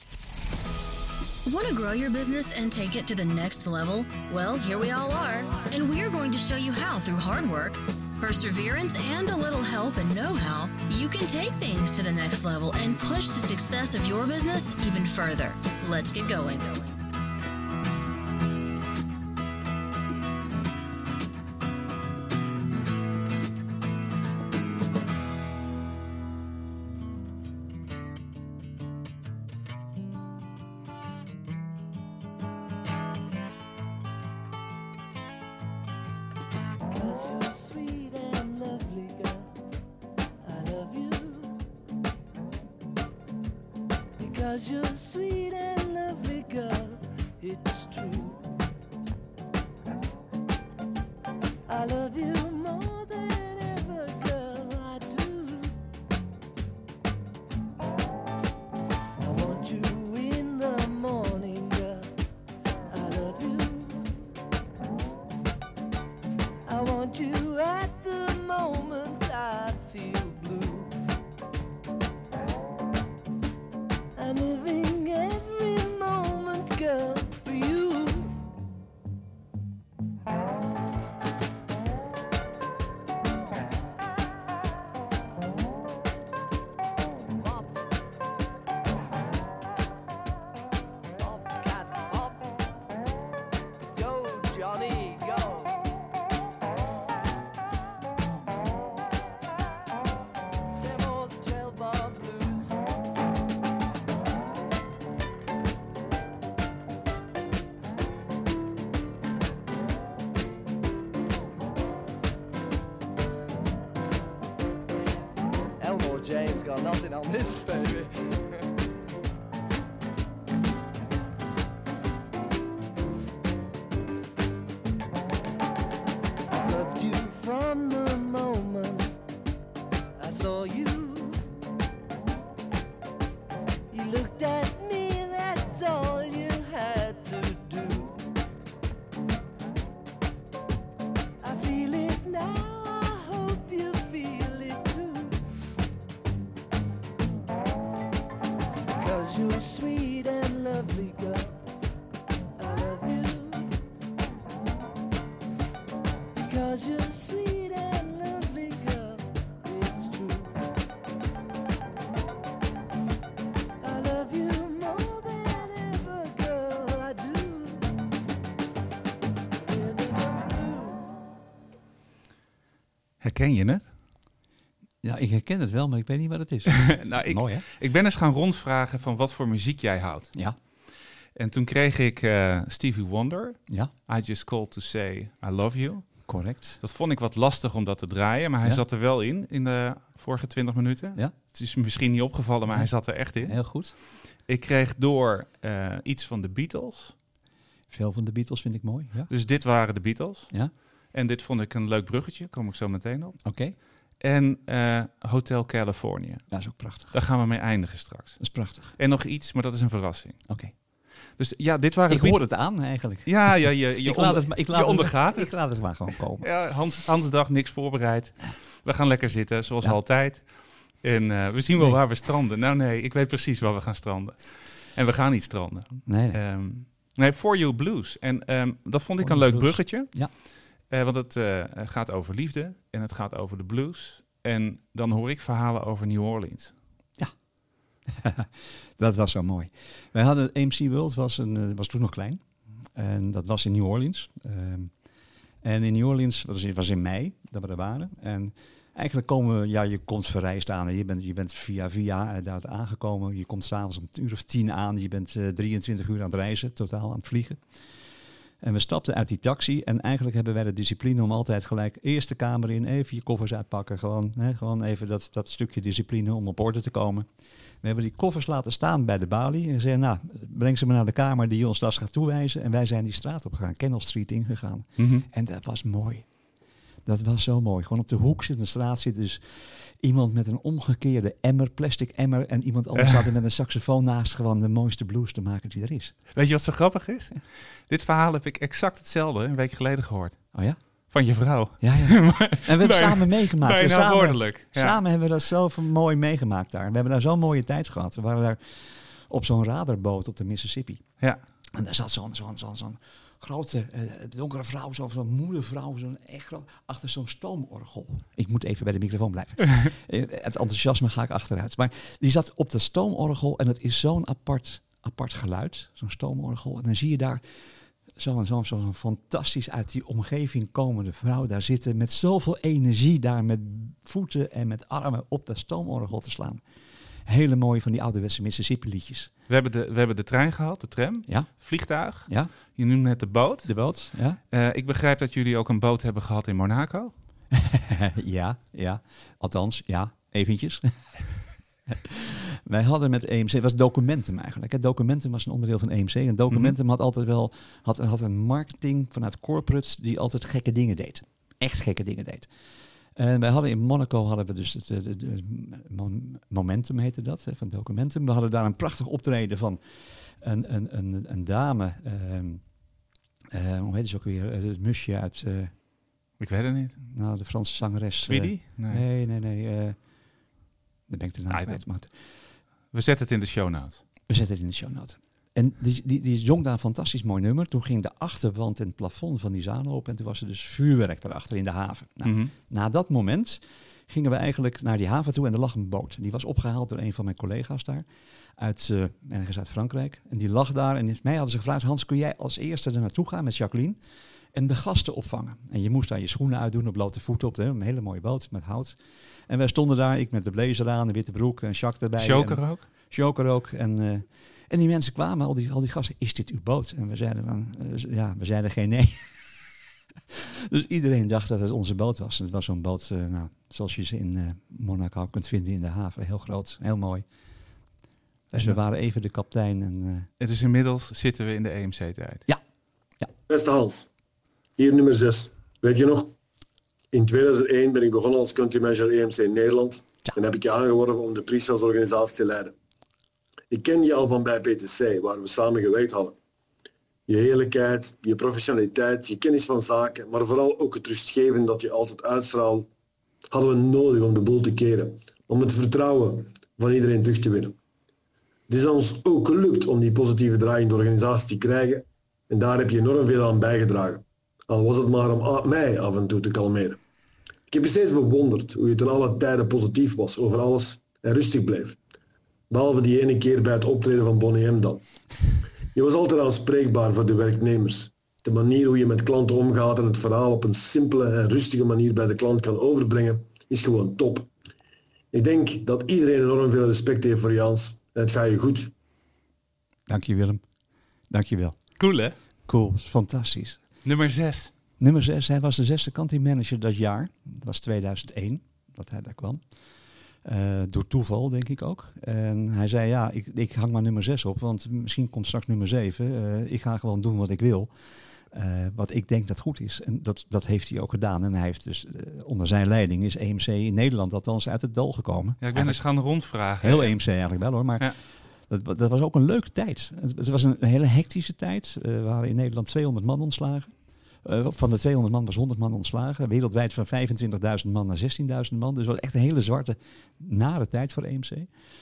Speaker 7: Want to grow your business and take it to the next level? Well, here we all are. And we are going to show you how through hard work, perseverance, and a little help and know-how, you can take things to the next level and push the success of your business even further. Let's get going.
Speaker 8: Because you're sweet and lovely, girl, it's true. I love you more than ever, girl, I do. I want you in the morning, girl, I love you. I want you at the moment I feel blue. I'm living every moment, girl, for you. Pop. Pop, cat, pop. Go, Johnny, go. Them old twelve-bar blues. Elmore James got nothing on this, baby. I've loved you saw you. You looked at me, that's all you had to do. I feel it now, I hope you feel it too. 'Cause you're sweet and lovely, girl. I love you. Because you're sweet and lovely, girl. It's true. I love you more than ever, girl. I do. Rhythm and blues.
Speaker 1: Herken je het?
Speaker 2: Ja, ik herken het wel, maar ik weet niet wat het is.
Speaker 1: nou, ik,
Speaker 2: Mooi, hè?
Speaker 1: ik ben eens gaan rondvragen van wat voor muziek jij houdt.
Speaker 2: Ja.
Speaker 1: En toen kreeg ik uh, Stevie Wonder.
Speaker 2: Ja,
Speaker 1: I Just Called to Say I Love You.
Speaker 2: correct.
Speaker 1: Dat vond ik wat lastig om dat te draaien, maar hij
Speaker 2: Ja.
Speaker 1: zat er wel in, in de vorige twintig minuten.
Speaker 2: Ja.
Speaker 1: Het is misschien niet opgevallen, maar
Speaker 2: Ja.
Speaker 1: hij zat er echt in.
Speaker 2: Heel goed.
Speaker 1: Ik kreeg door uh, iets van de Beatles.
Speaker 2: Veel van de Beatles vind ik mooi. Ja.
Speaker 1: Dus dit waren de Beatles.
Speaker 2: Ja.
Speaker 1: En dit vond ik een leuk bruggetje, kom ik zo meteen op.
Speaker 2: Oké.
Speaker 1: En uh, Hotel California.
Speaker 2: Dat is ook prachtig.
Speaker 1: Daar gaan we mee eindigen straks.
Speaker 2: Dat is prachtig.
Speaker 1: En nog iets, maar dat is een verrassing.
Speaker 2: Oké.
Speaker 1: Dus ja, dit waren
Speaker 2: Ik
Speaker 1: de
Speaker 2: hoor
Speaker 1: Beatles.
Speaker 2: het aan eigenlijk.
Speaker 1: Ja, ja, je, je,
Speaker 2: ik
Speaker 1: onder-
Speaker 2: laat het, maar- ik laat
Speaker 1: je
Speaker 2: het-
Speaker 1: ondergaat het.
Speaker 2: Ik laat het maar gewoon komen.
Speaker 1: Ja, Hans, Hans dag, niks voorbereid. We gaan lekker zitten, zoals
Speaker 2: Ja.
Speaker 1: altijd. En uh, we zien wel
Speaker 2: Nee.
Speaker 1: waar we stranden. Nou nee, ik weet precies waar we gaan stranden. En we gaan niet stranden.
Speaker 2: Nee, nee.
Speaker 1: Um, nee, For You Blues. En um, dat vond ik
Speaker 2: For
Speaker 1: een
Speaker 2: You
Speaker 1: leuk
Speaker 2: Blues.
Speaker 1: bruggetje.
Speaker 2: Ja.
Speaker 1: Uh, want het uh, gaat over liefde en het gaat over de blues. En dan hoor ik verhalen over New Orleans.
Speaker 2: Dat was zo mooi. Wij hadden A M C World, was, een, uh, was toen nog klein. En dat was in New Orleans. Um, en in New Orleans, dat was in, was in mei dat we er waren. En eigenlijk komen we, ja, je komt verreisd aan. En je bent, je bent via via uh, daar aangekomen. Je komt s'avonds om een uur of tien aan. Je bent uh, drieëntwintig uur aan het reizen, totaal aan het vliegen. En we stapten uit die taxi en eigenlijk hebben wij de discipline om altijd gelijk eerst de kamer in, even je koffers uitpakken. Gewoon, hè, gewoon even dat, dat stukje discipline om op orde te komen. We hebben die koffers laten staan bij de balie en zeiden, nou, breng ze maar naar de kamer die ons das gaat toewijzen. En wij zijn die straat op gegaan, Canal Street ingegaan.
Speaker 1: Mm-hmm.
Speaker 2: En dat was mooi. Dat was zo mooi. Gewoon op de hoek zit een straat zit dus iemand met een omgekeerde emmer, plastic emmer. En iemand anders staat er met een saxofoon naast gewoon de mooiste blues te maken die er is.
Speaker 1: Weet je wat zo grappig is? Dit verhaal heb ik exact hetzelfde een week geleden gehoord.
Speaker 2: Oh ja?
Speaker 1: Van je vrouw.
Speaker 2: Ja, ja. En we hebben
Speaker 1: Bijna-
Speaker 2: samen meegemaakt. We
Speaker 1: Bijna
Speaker 2: samen,
Speaker 1: woordelijk. Ja.
Speaker 2: samen hebben we dat zo van mooi meegemaakt daar. We hebben daar zo'n mooie tijd gehad. We waren daar op zo'n radarboot op de Mississippi.
Speaker 1: Ja.
Speaker 2: En daar zat zo'n zo'n zo'n zo'n grote, uh, donkere vrouw, zo, zo'n moedervrouw, zo'n echt groot, achter zo'n stoomorgel. Ik moet even bij de microfoon blijven. Uh, het enthousiasme ga ik achteruit. Maar die zat op dat stoomorgel en het is zo'n apart, apart geluid, zo'n stoomorgel. En dan zie je daar zo'n zo, zo, zo fantastisch uit die omgeving komende vrouw daar zitten met zoveel energie daar met voeten en met armen op dat stoomorgel te slaan. Hele mooie van die ouderwetse Mississippi liedjes.
Speaker 1: We hebben, de, we hebben de trein gehad, de tram,
Speaker 2: Ja,
Speaker 1: vliegtuig.
Speaker 2: ja.
Speaker 1: Je noemde net de boot.
Speaker 2: De boot, ja.
Speaker 1: Uh, ik begrijp dat jullie ook een boot hebben gehad in Monaco.
Speaker 2: ja, ja. Althans, ja, eventjes. Wij hadden met E M C, het was Documentum eigenlijk. Hè. Documentum was een onderdeel van E M C. En Documentum mm-hmm. had altijd wel had, had een marketing vanuit corporates die altijd gekke dingen deed. Echt gekke dingen deed. En wij hadden in Monaco hadden we dus het, het, het, het Momentum heette dat, hè, van Documentum. We hadden daar een prachtig optreden van een, een, een, een dame. Um, uh, hoe heet ze ook weer? Het musje uit. Uh,
Speaker 1: ik weet het niet.
Speaker 2: Nou, de Franse zangeres.
Speaker 1: Tweedy?
Speaker 2: Uh, nee, nee, nee. Uh, daar ben ik de naam kwijt. Maar
Speaker 1: we zetten het in de show notes.
Speaker 2: We zetten het in de show notes. En die, die, die zong daar een fantastisch mooi nummer. Toen ging de achterwand en het plafond van die zaal open. En toen was er dus vuurwerk daarachter in de haven. Nou,
Speaker 1: mm-hmm.
Speaker 2: Na dat moment gingen we eigenlijk naar die haven toe. En er lag een boot. Die was opgehaald door een van mijn collega's daar. Uit, uh, ergens uit Frankrijk. En die lag daar. En mij hadden ze gevraagd: Hans, kun jij als eerste er naartoe gaan met Jacqueline? En de gasten opvangen. En je moest daar je schoenen uitdoen op blote voeten op de, een hele mooie boot met hout. En wij stonden daar, ik met de blazer aan, de witte broek en Jacques erbij.
Speaker 1: Choker ook?
Speaker 2: Choker ook. En, uh, en die mensen kwamen, al die, al die gasten, is dit uw boot? En we zeiden van, uh, ja, we zeiden geen nee. Dus iedereen dacht dat het onze boot was. En het was zo'n boot, uh, nou, zoals je ze in uh, Monaco kunt vinden in de haven. Heel groot, heel mooi. Dus we waren even de kapitein. En, uh,
Speaker 1: en dus inmiddels zitten we in de E M C-tijd.
Speaker 2: Ja. ja.
Speaker 9: Beste Hans, hier nummer zes. Weet je nog? In tweeduizend één ben ik begonnen als country manager E M C in Nederland. Ja. En heb ik je aangeworven om de pre-sales organisatie te leiden. Ik ken je al van bij P T C, waar we samen gewerkt hadden. Je eerlijkheid, je professionaliteit, je kennis van zaken, maar vooral ook het rustgevende dat je altijd uitstraalt, hadden we nodig om de boel te keren. Om het vertrouwen van iedereen terug te winnen. Het is ons ook gelukt om die positieve draai in de organisatie te krijgen. En daar heb je enorm veel aan bijgedragen. Al was het maar om a- mij af en toe te kalmeren. Ik heb je steeds bewonderd hoe je ten alle tijde positief was over alles en rustig bleef. Behalve die ene keer bij het optreden van Bonnie M dan. Je was altijd aanspreekbaar voor de werknemers. De manier hoe je met klanten omgaat en het verhaal op een simpele en rustige manier bij de klant kan overbrengen, is gewoon top. Ik denk dat iedereen enorm veel respect heeft voor Jans. En het gaat je goed.
Speaker 2: Dank je, Willem. Dank je wel.
Speaker 1: Cool, hè?
Speaker 2: Cool, fantastisch.
Speaker 1: Nummer zes.
Speaker 2: Nummer zes, hij was de zesde country-manager dat jaar. Dat was tweeduizend één, dat hij daar kwam. Uh, door toeval, denk ik ook. En hij zei, ja, ik, ik hang maar nummer zes op, want misschien komt straks nummer zeven. Uh, ik ga gewoon doen wat ik wil. Uh, wat ik denk dat goed is. En dat, dat heeft hij ook gedaan. En hij heeft dus, uh, onder zijn leiding is E M C in Nederland althans uit het dal gekomen.
Speaker 1: Ja, ik ben eens gaan rondvragen.
Speaker 2: Heel E M C eigenlijk wel hoor, maar
Speaker 1: ja.
Speaker 2: dat, dat was ook een leuke tijd. Het, het was een hele hectische tijd. Uh, we waren in Nederland tweehonderd man ontslagen. Uh, van de tweehonderd man was honderd man ontslagen. Wereldwijd van vijfentwintigduizend man naar zestienduizend man. Dus het was echt een hele zwarte, nare tijd voor E M C.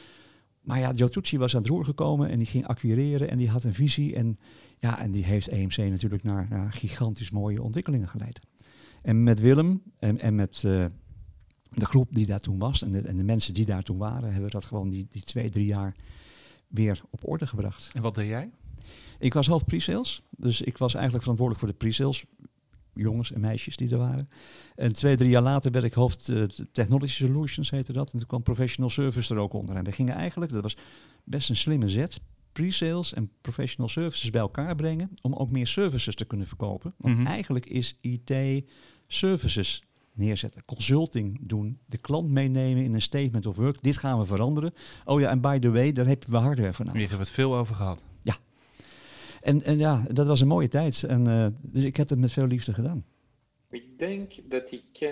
Speaker 2: Maar ja, Joe Tucci was aan het roer gekomen en die ging acquireren en die had een visie. En, ja, en die heeft E M C natuurlijk naar, naar gigantisch mooie ontwikkelingen geleid. En met Willem en, en met uh, de groep die daar toen was en de, en de mensen die daar toen waren, hebben we dat gewoon die, die twee, drie jaar weer op orde gebracht.
Speaker 1: En wat deed jij?
Speaker 2: Ik was hoofd pre-sales, dus ik was eigenlijk verantwoordelijk voor de pre-sales jongens en meisjes die er waren. En twee, drie jaar later werd ik hoofd uh, Technology Solutions, heette dat. En toen kwam Professional Service er ook onder. En we gingen eigenlijk, dat was best een slimme zet, pre-sales en professional services bij elkaar brengen om ook meer services te kunnen verkopen. Want
Speaker 1: Mm-hmm.
Speaker 2: eigenlijk is I T services neerzetten, consulting doen, de klant meenemen in een statement of work. Dit gaan we veranderen. Oh ja, en by the way, daar hebben we hardware voor nodig.
Speaker 1: Hier hebben we het veel over gehad.
Speaker 2: Ja. En, en ja, dat was een mooie tijd. En, uh, dus ik heb het met veel liefde gedaan.
Speaker 10: Ik denk dat ik ken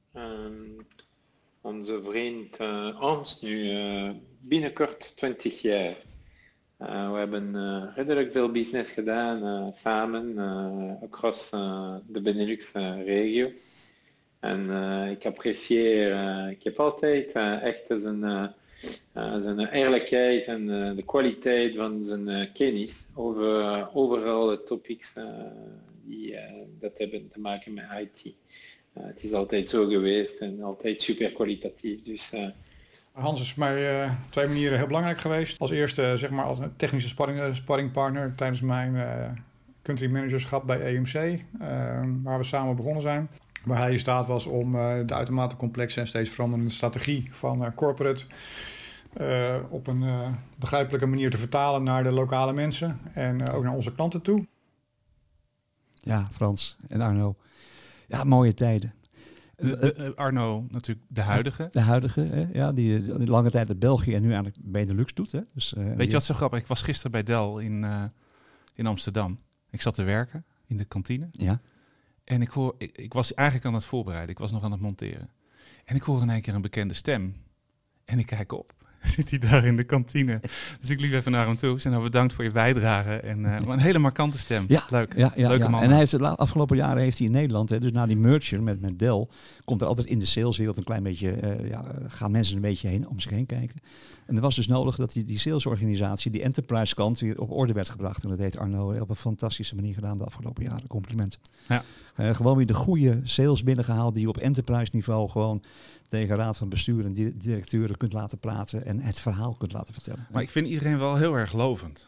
Speaker 10: um, onze vriend uh, Hans nu uh, binnenkort twintig jaar. Uh, we hebben uh, redelijk veel business gedaan uh, samen uh, across uh, de Benelux-regio. Uh, en uh, ik apprecieer, uh, ik heb altijd uh, echt zijn, uh, uh, zijn eerlijkheid en uh, de kwaliteit van zijn uh, kennis over, uh, over alle topics uh, die uh, dat hebben te maken met I T. Uh, het is altijd zo geweest en altijd super kwalitatief. Dus, uh,
Speaker 11: Hans is voor mij uh, op twee manieren heel belangrijk geweest. Als eerste uh, zeg maar als een technische sparring, sparringpartner tijdens mijn uh, country managerschap bij E M C, uh, waar we samen begonnen zijn. Waar hij in staat was om uh, de uitermate complexe en steeds veranderende strategie van uh, corporate uh, op een uh, begrijpelijke manier te vertalen naar de lokale mensen en uh, ook naar onze klanten toe.
Speaker 2: Ja, Frans en Arno. Ja, mooie tijden.
Speaker 1: De, de, uh, Arno, natuurlijk de huidige.
Speaker 2: De huidige, hè? Ja, die, die lange tijd uit België en nu eigenlijk Benelux doet. Hè? Dus, uh,
Speaker 1: Weet
Speaker 2: die...
Speaker 1: je wat zo grappig? Ik was gisteren bij Dell in, uh, in Amsterdam. Ik zat te werken in de kantine.
Speaker 2: Ja.
Speaker 1: En ik, hoor, ik, ik was eigenlijk aan het voorbereiden. Ik was nog aan het monteren. En ik hoor in één keer een bekende stem. En ik kijk op. Zit hij daar in de kantine. Dus ik liep even naar hem toe. Ik zei, nou, bedankt voor je bijdrage. En, uh, maar een hele markante stem.
Speaker 2: Ja,
Speaker 1: leuk.
Speaker 2: Ja, ja,
Speaker 1: Leuke
Speaker 2: ja.
Speaker 1: man.
Speaker 2: En hij heeft de afgelopen jaren heeft hij in Nederland, hè, dus na die merger met, met Dell, komt er altijd in de saleswereld een klein beetje, uh, ja, gaan mensen een beetje heen, om zich heen kijken. En er was dus nodig dat die, die salesorganisatie, die enterprise kant, weer op orde werd gebracht. En dat heeft Arno op een fantastische manier gedaan de afgelopen jaren. Compliment.
Speaker 1: Ja.
Speaker 2: Uh, gewoon weer de goede sales binnengehaald die je op enterprise niveau gewoon tegen raad van bestuur en di- directeuren kunt laten praten en het verhaal kunt laten vertellen.
Speaker 1: Maar ik vind iedereen wel heel erg lovend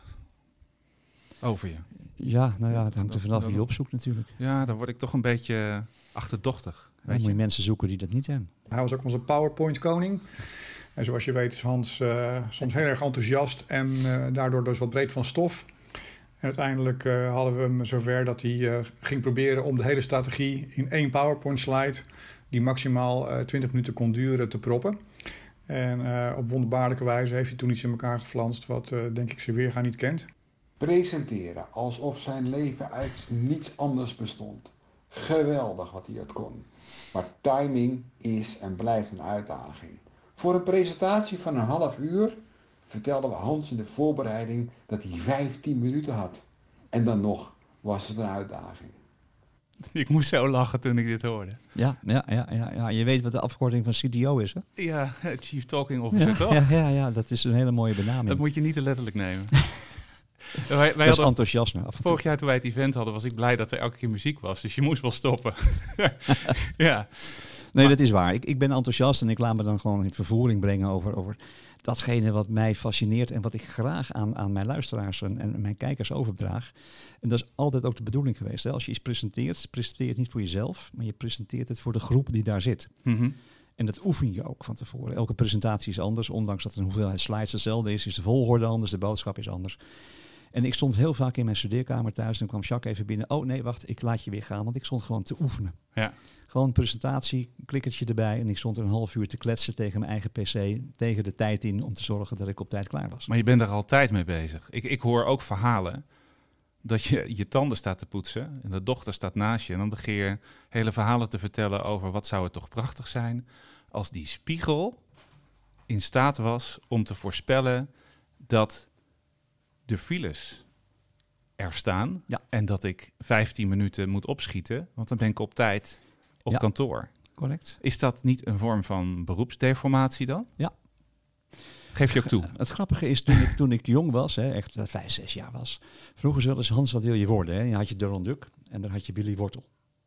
Speaker 1: over je.
Speaker 2: Ja, nou ja, het hangt er vanaf
Speaker 1: dat-
Speaker 2: wie je opzoekt natuurlijk.
Speaker 1: Ja, dan word ik toch een beetje achterdochtig.
Speaker 2: Dan
Speaker 1: Weet
Speaker 2: moet je
Speaker 1: je?
Speaker 2: mensen zoeken die dat niet zijn.
Speaker 11: Hij was ook onze PowerPoint-koning. En zoals je weet is Hans uh, soms heel erg enthousiast en uh, daardoor dus wat breed van stof. En uiteindelijk uh, hadden we hem zover dat hij uh, ging proberen om de hele strategie in één PowerPoint-slide, die maximaal uh, twintig minuten kon duren, te proppen. En uh, op wonderbaarlijke wijze heeft hij toen iets in elkaar geflanst wat uh, denk ik zijn weerga niet kent.
Speaker 12: Presenteren alsof zijn leven uit niets anders bestond. Geweldig wat hij dat kon. Maar timing is en blijft een uitdaging. Voor een presentatie van een half uur vertelden we Hans in de voorbereiding dat hij vijftien minuten had. En dan nog was het een uitdaging.
Speaker 1: Ik moest zo lachen toen ik dit hoorde.
Speaker 2: Ja, ja, ja, ja, ja. Je weet wat de afkorting van C T O is, hè?
Speaker 1: Ja, Chief Talking Officer,
Speaker 2: Ja,
Speaker 1: toch?
Speaker 2: ja, ja, ja, dat is een hele mooie benaming.
Speaker 1: Dat moet je niet te letterlijk nemen. wij, wij
Speaker 2: dat is
Speaker 1: hadden,
Speaker 2: enthousiasme. Af en toe.
Speaker 1: Vorig jaar toen wij het event hadden, was ik blij dat er elke keer muziek was. Dus je moest wel stoppen. ja.
Speaker 2: Nee,
Speaker 1: Maar-
Speaker 2: dat is waar. Ik, ik ben enthousiast en ik laat me dan gewoon in vervoering brengen over, over datgene wat mij fascineert en wat ik graag aan, aan mijn luisteraars en, en mijn kijkers overdraag. En dat is altijd ook de bedoeling geweest. Hè? Als je iets presenteert, presenteer je het niet voor jezelf, maar je presenteert het voor de groep die daar zit.
Speaker 1: Mm-hmm.
Speaker 2: En dat oefen je ook van tevoren. Elke presentatie is anders, ondanks dat de hoeveelheid slides hetzelfde is, is de volgorde anders, de boodschap is anders. En ik stond heel vaak in mijn studeerkamer thuis en dan kwam Jacques even binnen. Oh nee, wacht, ik laat je weer gaan, want ik stond gewoon te oefenen.
Speaker 1: Ja.
Speaker 2: Gewoon een presentatie, klikkertje erbij en ik stond er een half uur te kletsen tegen mijn eigen pc, tegen de tijd in om te zorgen dat ik op tijd klaar was.
Speaker 1: Maar je bent er altijd mee bezig. Ik, ik hoor ook verhalen dat je je tanden staat te poetsen en de dochter staat naast je en dan begin je hele verhalen te vertellen over wat zou het toch prachtig zijn als die spiegel in staat was om te voorspellen dat de files er staan
Speaker 2: Ja.
Speaker 1: en dat ik vijftien minuten moet opschieten, want dan ben ik op tijd op
Speaker 2: Ja.
Speaker 1: kantoor.
Speaker 2: Correct.
Speaker 1: Is dat niet een vorm van beroepsdeformatie dan?
Speaker 2: Ja.
Speaker 1: Geef je ook toe.
Speaker 2: Het grappige is, toen ik, toen ik jong was, hè, echt uh, vijf, zes jaar was, vroegen ze wel eens, Hans, wat wil je worden? Hè? En dan had je Donald Duck en dan had je Willy Wortel.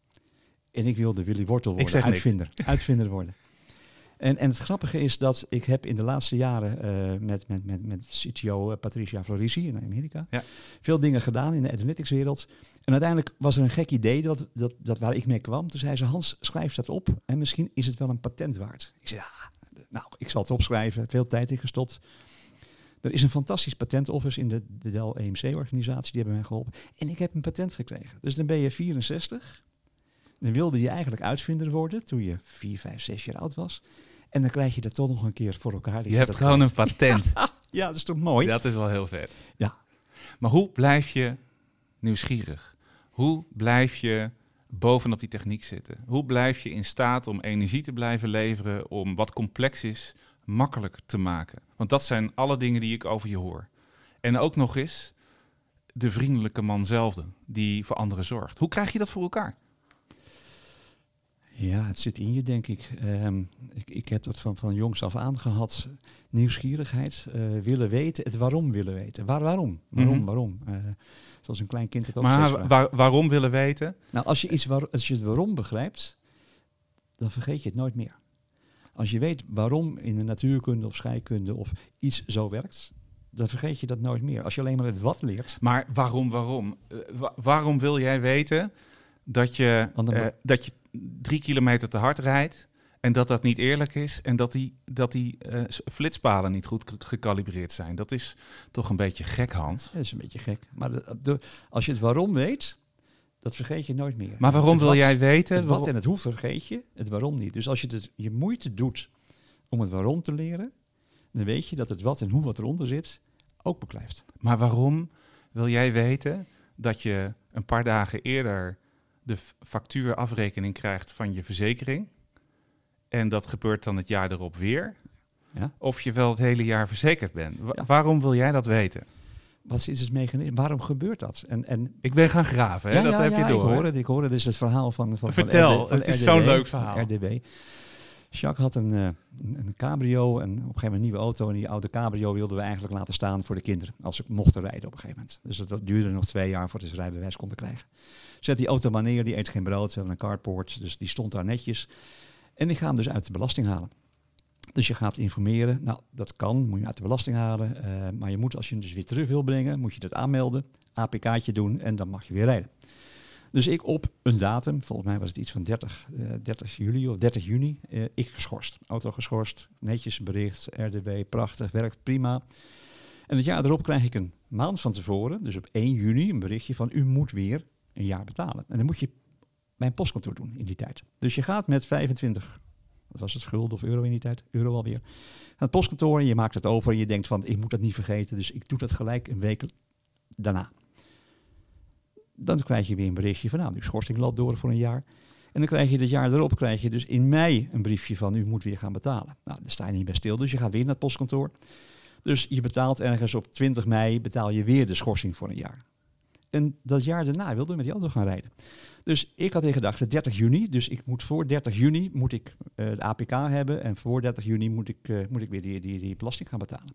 Speaker 2: En ik wilde Willy Wortel
Speaker 1: Ik
Speaker 2: worden,
Speaker 1: zeg niks.
Speaker 2: uitvinder, uitvinder worden. En, en het grappige is dat ik heb in de laatste jaren uh, met, met, met, met C T O uh, Patricia Florisi in Amerika
Speaker 1: Ja.
Speaker 2: veel dingen gedaan in de analytics wereld. En uiteindelijk was er een gek idee dat, dat, dat waar ik mee kwam. Toen zei ze, Hans, schrijf dat op en misschien is het wel een patent waard. Ik zei, ja, nou, ik zal het opschrijven, veel tijd in gestopt. Er is een fantastisch patentoffice in de, de Dell E M C-organisatie, die hebben mij geholpen. En ik heb een patent gekregen. Dus dan ben je vierenzestig. Dan wilde je eigenlijk uitvinder worden toen je vier, vijf, zes jaar oud was. En dan krijg je dat toch nog een keer voor elkaar. Dat
Speaker 1: Je hebt
Speaker 2: dat
Speaker 1: gewoon
Speaker 2: kan.
Speaker 1: een patent.
Speaker 2: Ja, dat is toch mooi?
Speaker 1: Dat is wel heel vet.
Speaker 2: Ja.
Speaker 1: Maar hoe blijf je nieuwsgierig? Hoe blijf je bovenop die techniek zitten? Hoe blijf je in staat om energie te blijven leveren, om wat complex is, makkelijker te maken? Want dat zijn alle dingen die ik over je hoor. En ook nog eens de vriendelijke man zelf, die voor anderen zorgt. Hoe krijg je dat voor elkaar?
Speaker 2: Ja, het zit in je, denk ik. Um, ik, ik heb dat van, van jongs af aan gehad. Nieuwsgierigheid, uh, willen weten, het waarom willen weten. Waar, waarom? Waarom,
Speaker 1: Mm-hmm.
Speaker 2: waarom? Uh, zoals een klein kind het ook steeds
Speaker 1: Maar
Speaker 2: vraagt.
Speaker 1: waar, waarom willen weten?
Speaker 2: Nou, als je, iets waar, als je het waarom begrijpt, dan vergeet je het nooit meer. Als je weet waarom in de natuurkunde of scheikunde of iets zo werkt, dan vergeet je dat nooit meer. Als je alleen maar het wat leert.
Speaker 1: Maar waarom, waarom? Uh, wa- waarom wil jij weten dat je,
Speaker 2: Want dan-
Speaker 1: uh, dat je drie kilometer te hard rijdt en dat dat niet eerlijk is en dat die, dat die uh, s- flitspalen niet goed ge- gecalibreerd zijn? Dat is toch een beetje gek, Hans?
Speaker 2: Dat is een beetje gek. Maar de, de, als je het waarom weet, dat vergeet je nooit meer.
Speaker 1: Maar waarom
Speaker 2: Het
Speaker 1: wil
Speaker 2: wat-
Speaker 1: jij weten?
Speaker 2: Het wat
Speaker 1: waarom-
Speaker 2: en het hoe vergeet je, het waarom niet. Dus als je het, je moeite doet om het waarom te leren, dan weet je dat het wat en hoe wat eronder zit ook beklijft.
Speaker 1: Maar waarom wil jij weten dat je een paar dagen eerder de f- factuurafrekening krijgt van je verzekering en dat gebeurt dan het jaar erop weer?
Speaker 2: Ja.
Speaker 1: Of je wel het hele jaar verzekerd bent? Wa-
Speaker 2: Ja.
Speaker 1: Waarom wil jij dat weten?
Speaker 2: Wat is het mechanisme? Waarom gebeurt dat? En, en
Speaker 1: Ik ben gaan graven, hè?
Speaker 2: ja,
Speaker 1: dat
Speaker 2: ja,
Speaker 1: heb
Speaker 2: ja,
Speaker 1: je door.
Speaker 2: ik
Speaker 1: hè?
Speaker 2: hoor het. Ik hoor het. Dit is het verhaal van, van,
Speaker 1: Vertel,
Speaker 2: van, van
Speaker 1: het is
Speaker 2: R D W,
Speaker 1: zo'n leuk verhaal.
Speaker 2: van R D W. Jacques had een, uh, een, een cabrio en op een gegeven moment een nieuwe auto. En die oude cabrio wilden we eigenlijk laten staan voor de kinderen. Als ze mochten rijden op een gegeven moment. Dus dat duurde nog twee jaar voordat ze rijbewijs konden krijgen. Zet die auto maar neer, die eet geen brood. Ze hadden een carport, dus die stond daar netjes. En ik ga hem dus uit de belasting halen. Dus je gaat informeren. Nou, dat kan, moet je uit de belasting halen. Uh, maar je moet, als je hem dus weer terug wil brengen, moet je dat aanmelden. A P K'tje doen en dan mag je weer rijden. Dus ik op een datum, volgens mij was het iets van dertig, uh, dertig juli of dertig juni, uh, ik geschorst. Auto geschorst, netjes bericht, R D W, prachtig, werkt prima. En het jaar erop krijg ik een maand van tevoren, dus op één juni, een berichtje van u moet weer een jaar betalen. En dan moet je bij een postkantoor doen in die tijd. Dus je gaat met vijfentwintig, wat was het, gulden of euro in die tijd, euro alweer, naar het postkantoor en je maakt het over en je denkt van ik moet dat niet vergeten, dus ik doe dat gelijk een week daarna. Dan krijg je weer een berichtje van nou, uw schorsing loopt door voor een jaar. En dan krijg je het jaar erop, krijg je dus in mei een briefje van u moet weer gaan betalen. Nou, daar sta je niet bij stil, dus je gaat weer naar het postkantoor. Dus je betaalt ergens op twintig mei, betaal je weer de schorsing voor een jaar. En dat jaar daarna wilde ik met die auto gaan rijden. Dus ik had in gedachten dertig juni, dus ik moet voor dertig juni moet ik uh, de A P K hebben en voor dertig juni moet ik, uh, moet ik weer die, die, die belasting gaan betalen.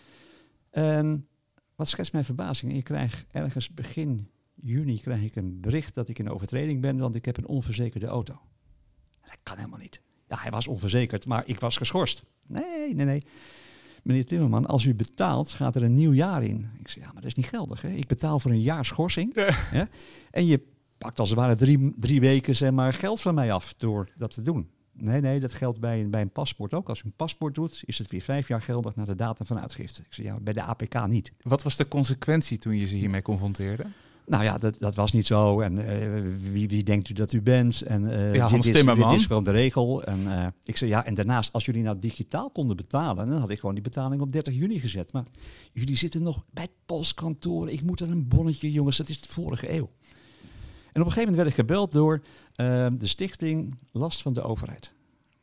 Speaker 2: En wat schetst mijn verbazing? Ik krijg ergens begin juni krijg ik een bericht dat ik in overtreding ben, want ik heb een onverzekerde auto. Dat kan helemaal niet. Ja, hij was onverzekerd, maar ik was geschorst. Nee, nee, nee. Meneer Timmerman, als u betaalt, gaat er een nieuw jaar in. Ik zei, ja, maar dat is niet geldig. Hè? Ik betaal voor een jaar schorsing. Ja. Hè? En je pakt als het ware drie, drie weken zeg maar, geld van mij af door dat te doen. Nee, nee, dat geldt bij een, bij een paspoort ook. Als u een paspoort doet, is het weer vijf jaar geldig naar de datum van uitgifte. Ik zei, ja, bij de A P K niet.
Speaker 1: Wat was de consequentie toen je ze hiermee confronteerde?
Speaker 2: Nou ja, dat, dat was niet zo. En uh, wie, wie denkt u dat u bent? En uh,
Speaker 1: ja,
Speaker 2: dit, is, dit is gewoon de regel. En uh, ik zei ja, en daarnaast, als jullie nou digitaal konden betalen, dan had ik gewoon die betaling op dertig juni gezet. Maar jullie zitten nog bij het postkantoor. Ik moet er een bonnetje, jongens. Dat is de vorige eeuw. En op een gegeven moment werd ik gebeld door uh, de stichting Last van de Overheid.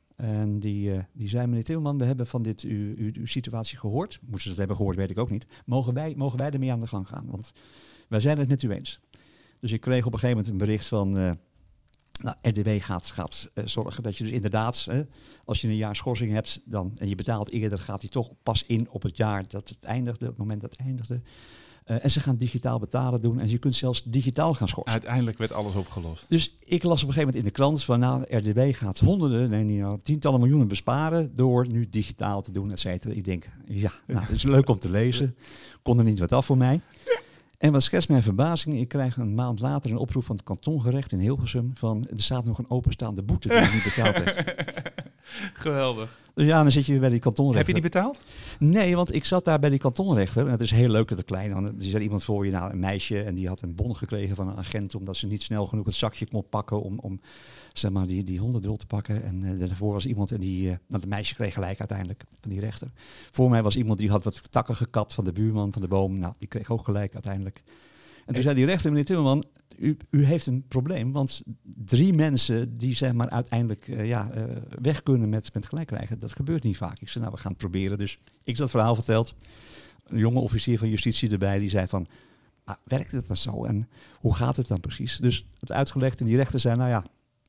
Speaker 2: En die, uh, die zei, meneer Timmerman, we hebben van dit uw, uw, uw situatie gehoord. Moesten ze het hebben gehoord, weet ik ook niet. Mogen wij, mogen wij ermee aan de gang gaan? Want wij zijn het met u eens. Dus ik kreeg op een gegeven moment een bericht van... Uh, nou, R D W gaat, gaat uh, zorgen dat je dus inderdaad... Uh, als je een jaar schorsing hebt dan, en je betaalt eerder... gaat hij toch pas in op het jaar dat het eindigde, op het moment dat het eindigde. Uh, en ze gaan digitaal betalen doen en je kunt zelfs digitaal gaan schorsen.
Speaker 1: Uiteindelijk werd alles opgelost.
Speaker 2: Dus ik las op een gegeven moment in de krant van... nou, R D W gaat honderden, nee niet nou, tientallen miljoenen besparen... door nu digitaal te doen, et cetera. Ik denk, ja, nou, dat is leuk om te lezen. Kon er niet wat af voor mij. En wat schetst mijn verbazing, ik krijg een maand later een oproep van het kantongerecht in Hilversum van er staat nog een openstaande boete die je niet betaald hebt.
Speaker 1: Geweldig.
Speaker 2: Dus ja, dan zit je weer bij die kantonrechter.
Speaker 1: Heb je die betaald?
Speaker 2: Nee, want ik zat daar bij die kantonrechter en het is heel leuk dat het klein. Er zat iemand voor je, nou een meisje en die had een bon gekregen van een agent omdat ze niet snel genoeg het zakje kon pakken om, om zeg maar die, die honderdrol te pakken. En uh, daarvoor was iemand en die, uh, nou, de meisje kreeg gelijk uiteindelijk van die rechter. Voor mij was iemand die had wat takken gekapt van de buurman van de boom. Nou, die kreeg ook gelijk uiteindelijk. En toen zei die rechter, meneer Timmerman, u, u heeft een probleem, want drie mensen die zeg maar uiteindelijk uh, ja, uh, weg kunnen met, met gelijk krijgen, dat gebeurt niet vaak. Ik zei, nou, we gaan het proberen. Dus ik dat verhaal verteld. Een jonge officier van justitie erbij, die zei van, ah, werkt het dan zo en hoe gaat het dan precies? Dus het uitgelegd en die rechter zei, nou ja,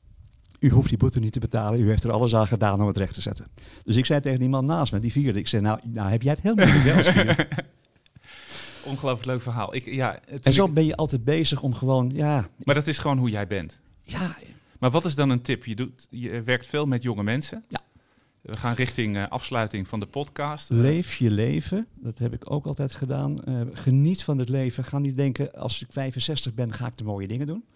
Speaker 2: u hoeft die boete niet te betalen, u heeft er alles aan gedaan om het recht te zetten. Dus ik zei tegen die man naast me, die vierde, ik zei, nou, nou heb jij het heel moeilijk hè, als vierde.
Speaker 1: Ongelooflijk leuk verhaal. Ik, ja,
Speaker 2: en zo ik... ben je altijd bezig om gewoon, ja...
Speaker 1: Maar dat is gewoon hoe jij bent.
Speaker 2: Ja.
Speaker 1: Maar wat is dan een tip? Je, doet, je werkt veel met jonge mensen.
Speaker 2: Ja.
Speaker 1: We gaan richting uh, afsluiting van de podcast.
Speaker 2: Leef je leven. Dat heb ik ook altijd gedaan. Uh, geniet van het leven. Ga niet denken, als ik vijfenzestig ben, ga ik de mooie dingen doen.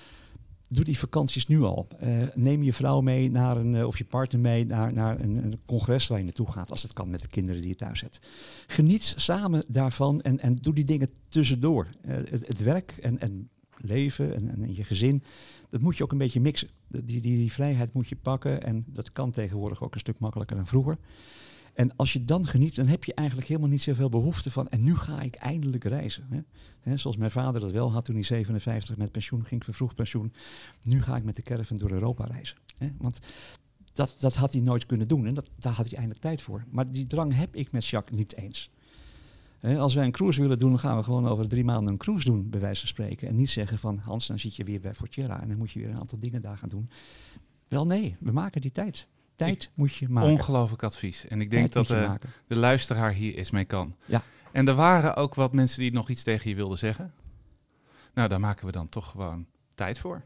Speaker 2: Doe die vakanties nu al. Uh, neem je vrouw mee naar een, uh, of je partner mee naar, naar een, een congres waar je naartoe gaat. Als het kan met de kinderen die je thuis hebt. Geniet samen daarvan en, en doe die dingen tussendoor. Uh, het, het werk en, en leven en, en je gezin, dat moet je ook een beetje mixen. Die, die, die vrijheid moet je pakken en dat kan tegenwoordig ook een stuk makkelijker dan vroeger. En als je dan geniet, dan heb je eigenlijk helemaal niet zoveel behoefte van... en nu ga ik eindelijk reizen. Hè? Hè, zoals mijn vader dat wel had toen hij zevenenvijftig met pensioen ging, vervroegd pensioen. Nu ga ik met de caravan door Europa reizen. Hè? Want dat, dat had hij nooit kunnen doen en dat, daar had hij eindelijk tijd voor. Maar die drang heb ik met Jacques niet eens. Hè, als wij een cruise willen doen, dan gaan we gewoon over drie maanden een cruise doen, bij wijze van spreken. En niet zeggen van, Hans, dan zit je weer bij Fortera en dan moet je weer een aantal dingen daar gaan doen. Wel nee, we maken die tijd. Tijd ik, moet je maken.
Speaker 1: Ongelooflijk advies. En ik denk Tijd dat uh, de luisteraar hier iets mee kan.
Speaker 2: Ja.
Speaker 1: En er waren ook wat mensen die nog iets tegen je wilden zeggen. Nou, daar maken we dan toch gewoon tijd voor.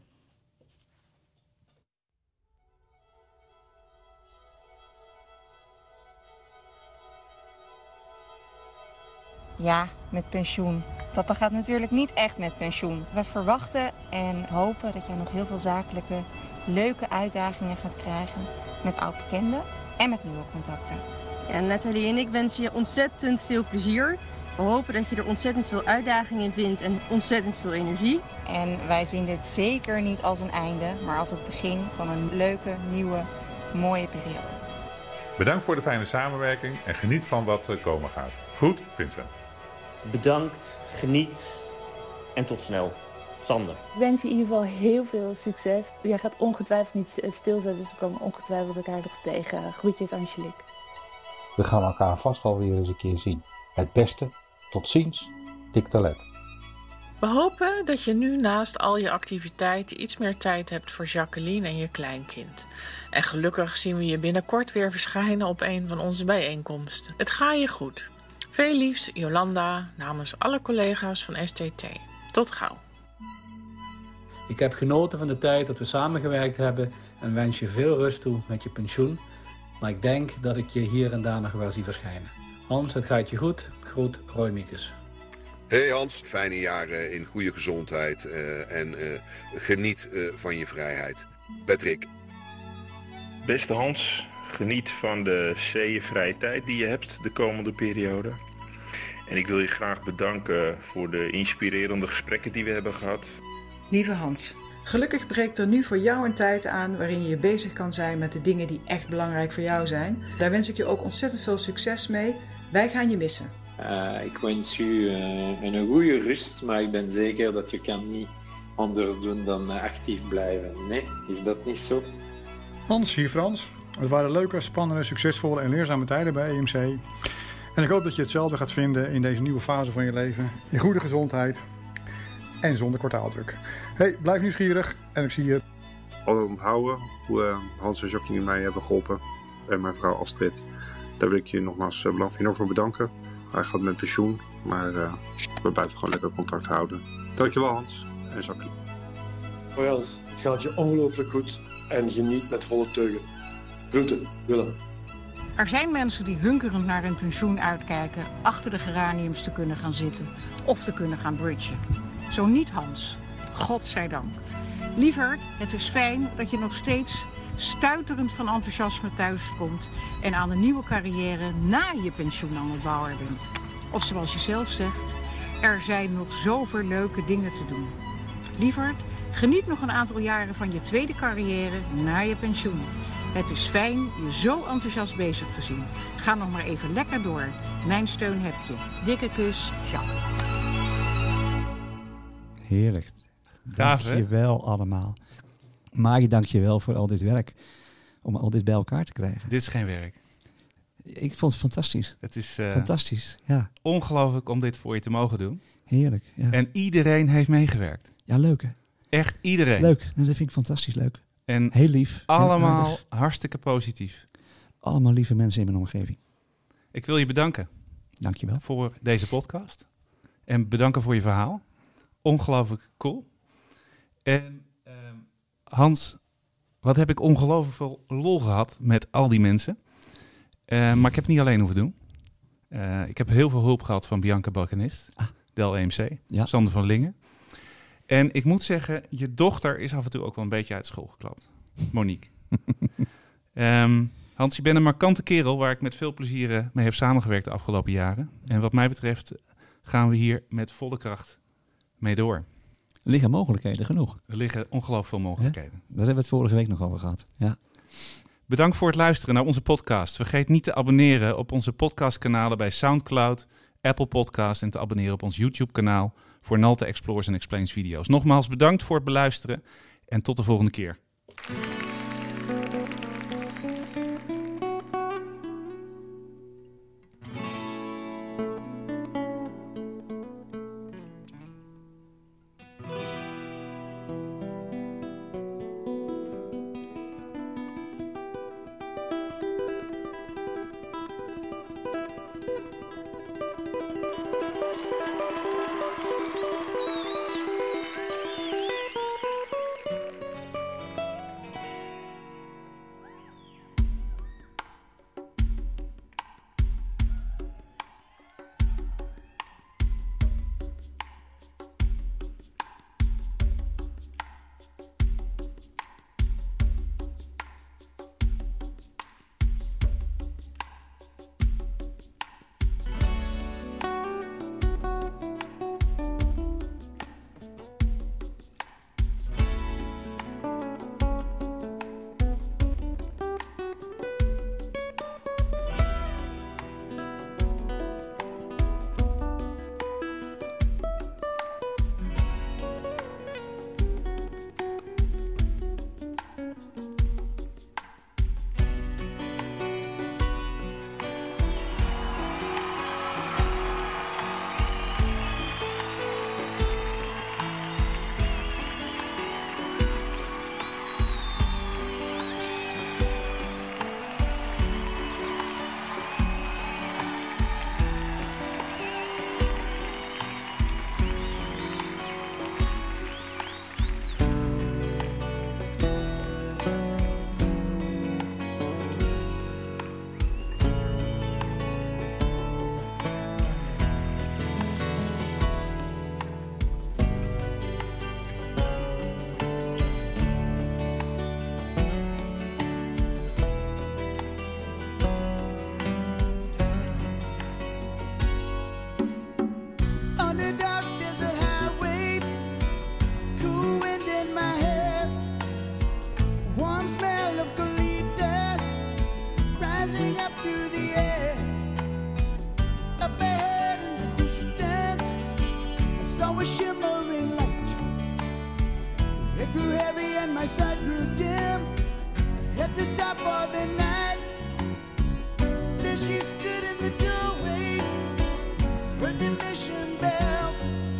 Speaker 4: Ja, met pensioen. Papa gaat natuurlijk niet echt met pensioen. We verwachten en hopen dat jij nog heel veel zakelijke, leuke uitdagingen gaat krijgen. Met oud-bekenden en met nieuwe contacten.
Speaker 5: Ja, Nathalie en ik wensen je ontzettend veel plezier. We hopen dat je er ontzettend veel uitdaging in vindt en ontzettend veel energie.
Speaker 4: En wij zien dit zeker niet als een einde, maar als het begin van een leuke, nieuwe, mooie periode.
Speaker 13: Bedankt voor de fijne samenwerking en geniet van wat er komen gaat. Goed, Vincent.
Speaker 14: Bedankt, geniet en tot snel. Sander.
Speaker 5: Ik wens je in ieder geval heel veel succes. Jij gaat ongetwijfeld niet stilzetten, dus we komen ongetwijfeld elkaar nog tegen. Groetjes, Angelique.
Speaker 3: We gaan elkaar vast wel weer eens een keer zien. Het beste, tot ziens, Dick Terlet.
Speaker 15: We hopen dat je nu naast al je activiteiten iets meer tijd hebt voor Jacqueline en je kleinkind. En gelukkig zien we je binnenkort weer verschijnen op een van onze bijeenkomsten. Het gaat je goed. Veel liefs, Jolanda, namens alle collega's van S T T. Tot gauw.
Speaker 16: Ik heb genoten van de tijd dat we samengewerkt hebben en wens je veel rust toe met je pensioen. Maar ik denk dat ik je hier en daar nog wel zie verschijnen. Hans, het gaat je goed. Groet, Roy Miekes.
Speaker 17: Hey Hans, fijne jaren in goede gezondheid uh, en uh, geniet uh, van je vrijheid. Patrick.
Speaker 18: Beste Hans, geniet van de zeevrije tijd die je hebt de komende periode. En ik wil je graag bedanken voor de inspirerende gesprekken die we hebben gehad.
Speaker 19: Lieve Hans, gelukkig breekt er nu voor jou een tijd aan waarin je je bezig kan zijn met de dingen die echt belangrijk voor jou zijn. Daar wens ik je ook ontzettend veel succes mee. Wij gaan je missen.
Speaker 10: Uh, ik wens u uh, een goede rust, maar ik ben zeker dat je kan niet anders doen dan uh, actief blijven. Nee, is dat niet zo?
Speaker 11: Hans, hier Frans. Het waren leuke, spannende, succesvolle en leerzame tijden bij E M C. En ik hoop dat je hetzelfde gaat vinden in deze nieuwe fase van je leven. In goede gezondheid en zonder kwartaaldruk. Hey, blijf nieuwsgierig en ik zie je.
Speaker 6: Altijd onthouden hoe uh, Hans en Jacqueline mij hebben geholpen. En mijn vrouw Astrid. Daar wil ik je nogmaals uh, enorm voor bedanken. Hij gaat met pensioen, maar uh, we blijven gewoon lekker contact houden. Dankjewel Hans en Jacqueline.
Speaker 9: Hoi Hans, het gaat je ongelooflijk goed en geniet met volle teugen. Groeten, Willem.
Speaker 20: Er zijn mensen die hunkerend naar hun pensioen uitkijken achter de geraniums te kunnen gaan zitten of te kunnen gaan bridgen. Zo niet Hans, godzijdank. Liever, het is fijn dat je nog steeds stuiterend van enthousiasme thuiskomt en aan een nieuwe carrière na je pensioen aan het bouwen bent. Of zoals je zelf zegt, er zijn nog zoveel leuke dingen te doen. Lieverd, geniet nog een aantal jaren van je tweede carrière na je pensioen. Het is fijn je zo enthousiast bezig te zien. Ga nog maar even lekker door. Mijn steun heb je. Dikke kus, Jacques.
Speaker 2: Heerlijk. Dank je wel allemaal. Maar je dank je wel voor al dit werk. Om al dit bij elkaar te krijgen.
Speaker 1: Dit is geen werk.
Speaker 2: Ik vond het fantastisch.
Speaker 1: Het is uh,
Speaker 2: fantastisch, ja.
Speaker 1: Ongelooflijk om dit voor je te mogen doen.
Speaker 2: Heerlijk, ja.
Speaker 1: En iedereen heeft meegewerkt.
Speaker 2: Ja, leuk hè?
Speaker 1: Echt iedereen.
Speaker 2: Leuk, dat vind ik fantastisch leuk.
Speaker 1: En
Speaker 2: heel lief.
Speaker 1: Allemaal
Speaker 2: heel
Speaker 1: hartstikke positief.
Speaker 2: Allemaal lieve mensen in mijn omgeving.
Speaker 1: Ik wil je bedanken.
Speaker 2: Dank je wel.
Speaker 1: Voor deze podcast. En bedanken voor je verhaal. Ongelooflijk cool. En uh, Hans, wat heb ik ongelooflijk veel lol gehad met al die mensen. Uh, maar ik heb het niet alleen hoeven doen. Uh, ik heb heel veel hulp gehad van Bianca Balkanist, ah. Del E M C, ja. Sander van Lingen. En ik moet zeggen, je dochter is af en toe ook wel een beetje uit school geklapt. Monique. um, Hans, je bent een markante kerel waar ik met veel plezier mee heb samengewerkt de afgelopen jaren. En wat mij betreft gaan we hier met volle kracht mee door.
Speaker 2: Er liggen mogelijkheden genoeg.
Speaker 1: Er liggen ongelooflijk veel mogelijkheden.
Speaker 2: Ja, daar hebben we het vorige week nog over gehad. Ja.
Speaker 1: Bedankt voor het luisteren naar onze podcast. Vergeet niet te abonneren op onze podcastkanalen bij Soundcloud, Apple Podcasts en te abonneren op ons YouTube-kanaal voor Nalta Explores en Explains video's. Nogmaals bedankt voor het beluisteren en tot de volgende keer.
Speaker 8: a shimmering light. It grew heavy and my sight grew dim. Had to stop for the night. There she stood in the doorway, heard the mission bell.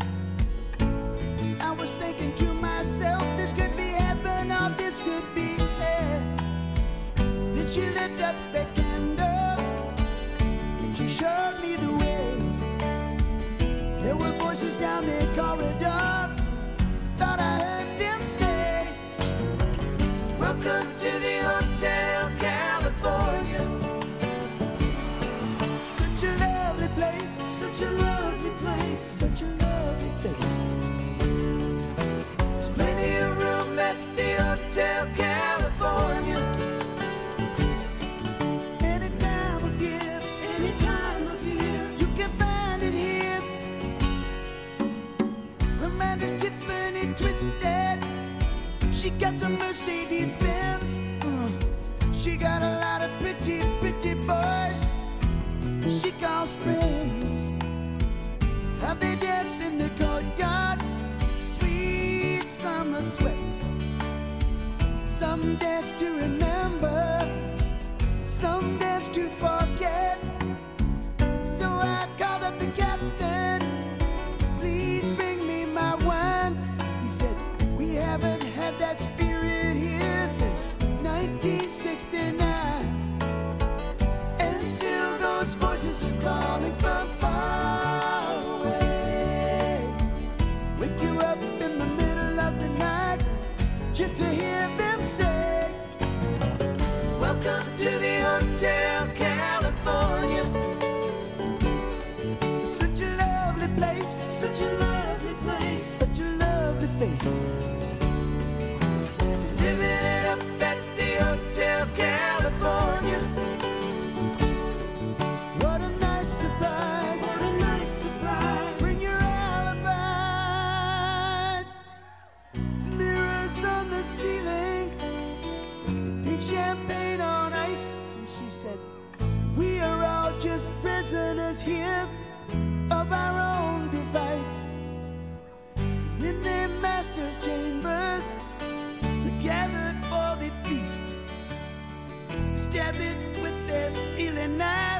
Speaker 8: I was thinking to myself, this could be heaven or this could be hell. Then she lit up a candle and she showed me the way. There were voices down the corridor, thought I heard them say, welcome to the Hotel California. Such a lovely place, such a lovely place, such a lovely face. There's plenty of room at the Hotel California. Any time of year, any time of year, you can find it here. Amanda's Tiffany twisted. She got the Mercedes Benz. Uh, she got a lot of pretty, pretty boys she calls friends. How they dance in the courtyard, sweet summer sweat. Some dance to remember, some dance to forget. So I called up the captain, please bring me my wine. He said, we haven't had that spirit here since nineteen sixty-nine. And still those voices are calling from far away. Wake you up in the middle of the night just to hear them say, welcome to the Hotel California. Such a lovely place, such a lovely place, such a lovely face. Living it up at the Hotel California. What a nice surprise, what a nice surprise. Bring your alibis. Mirrors on the ceiling, pink champagne on ice. And she said, we are all just prisoners here of our own device. In their master's chambers, we gathered for the feast. Stab it with their steely knife.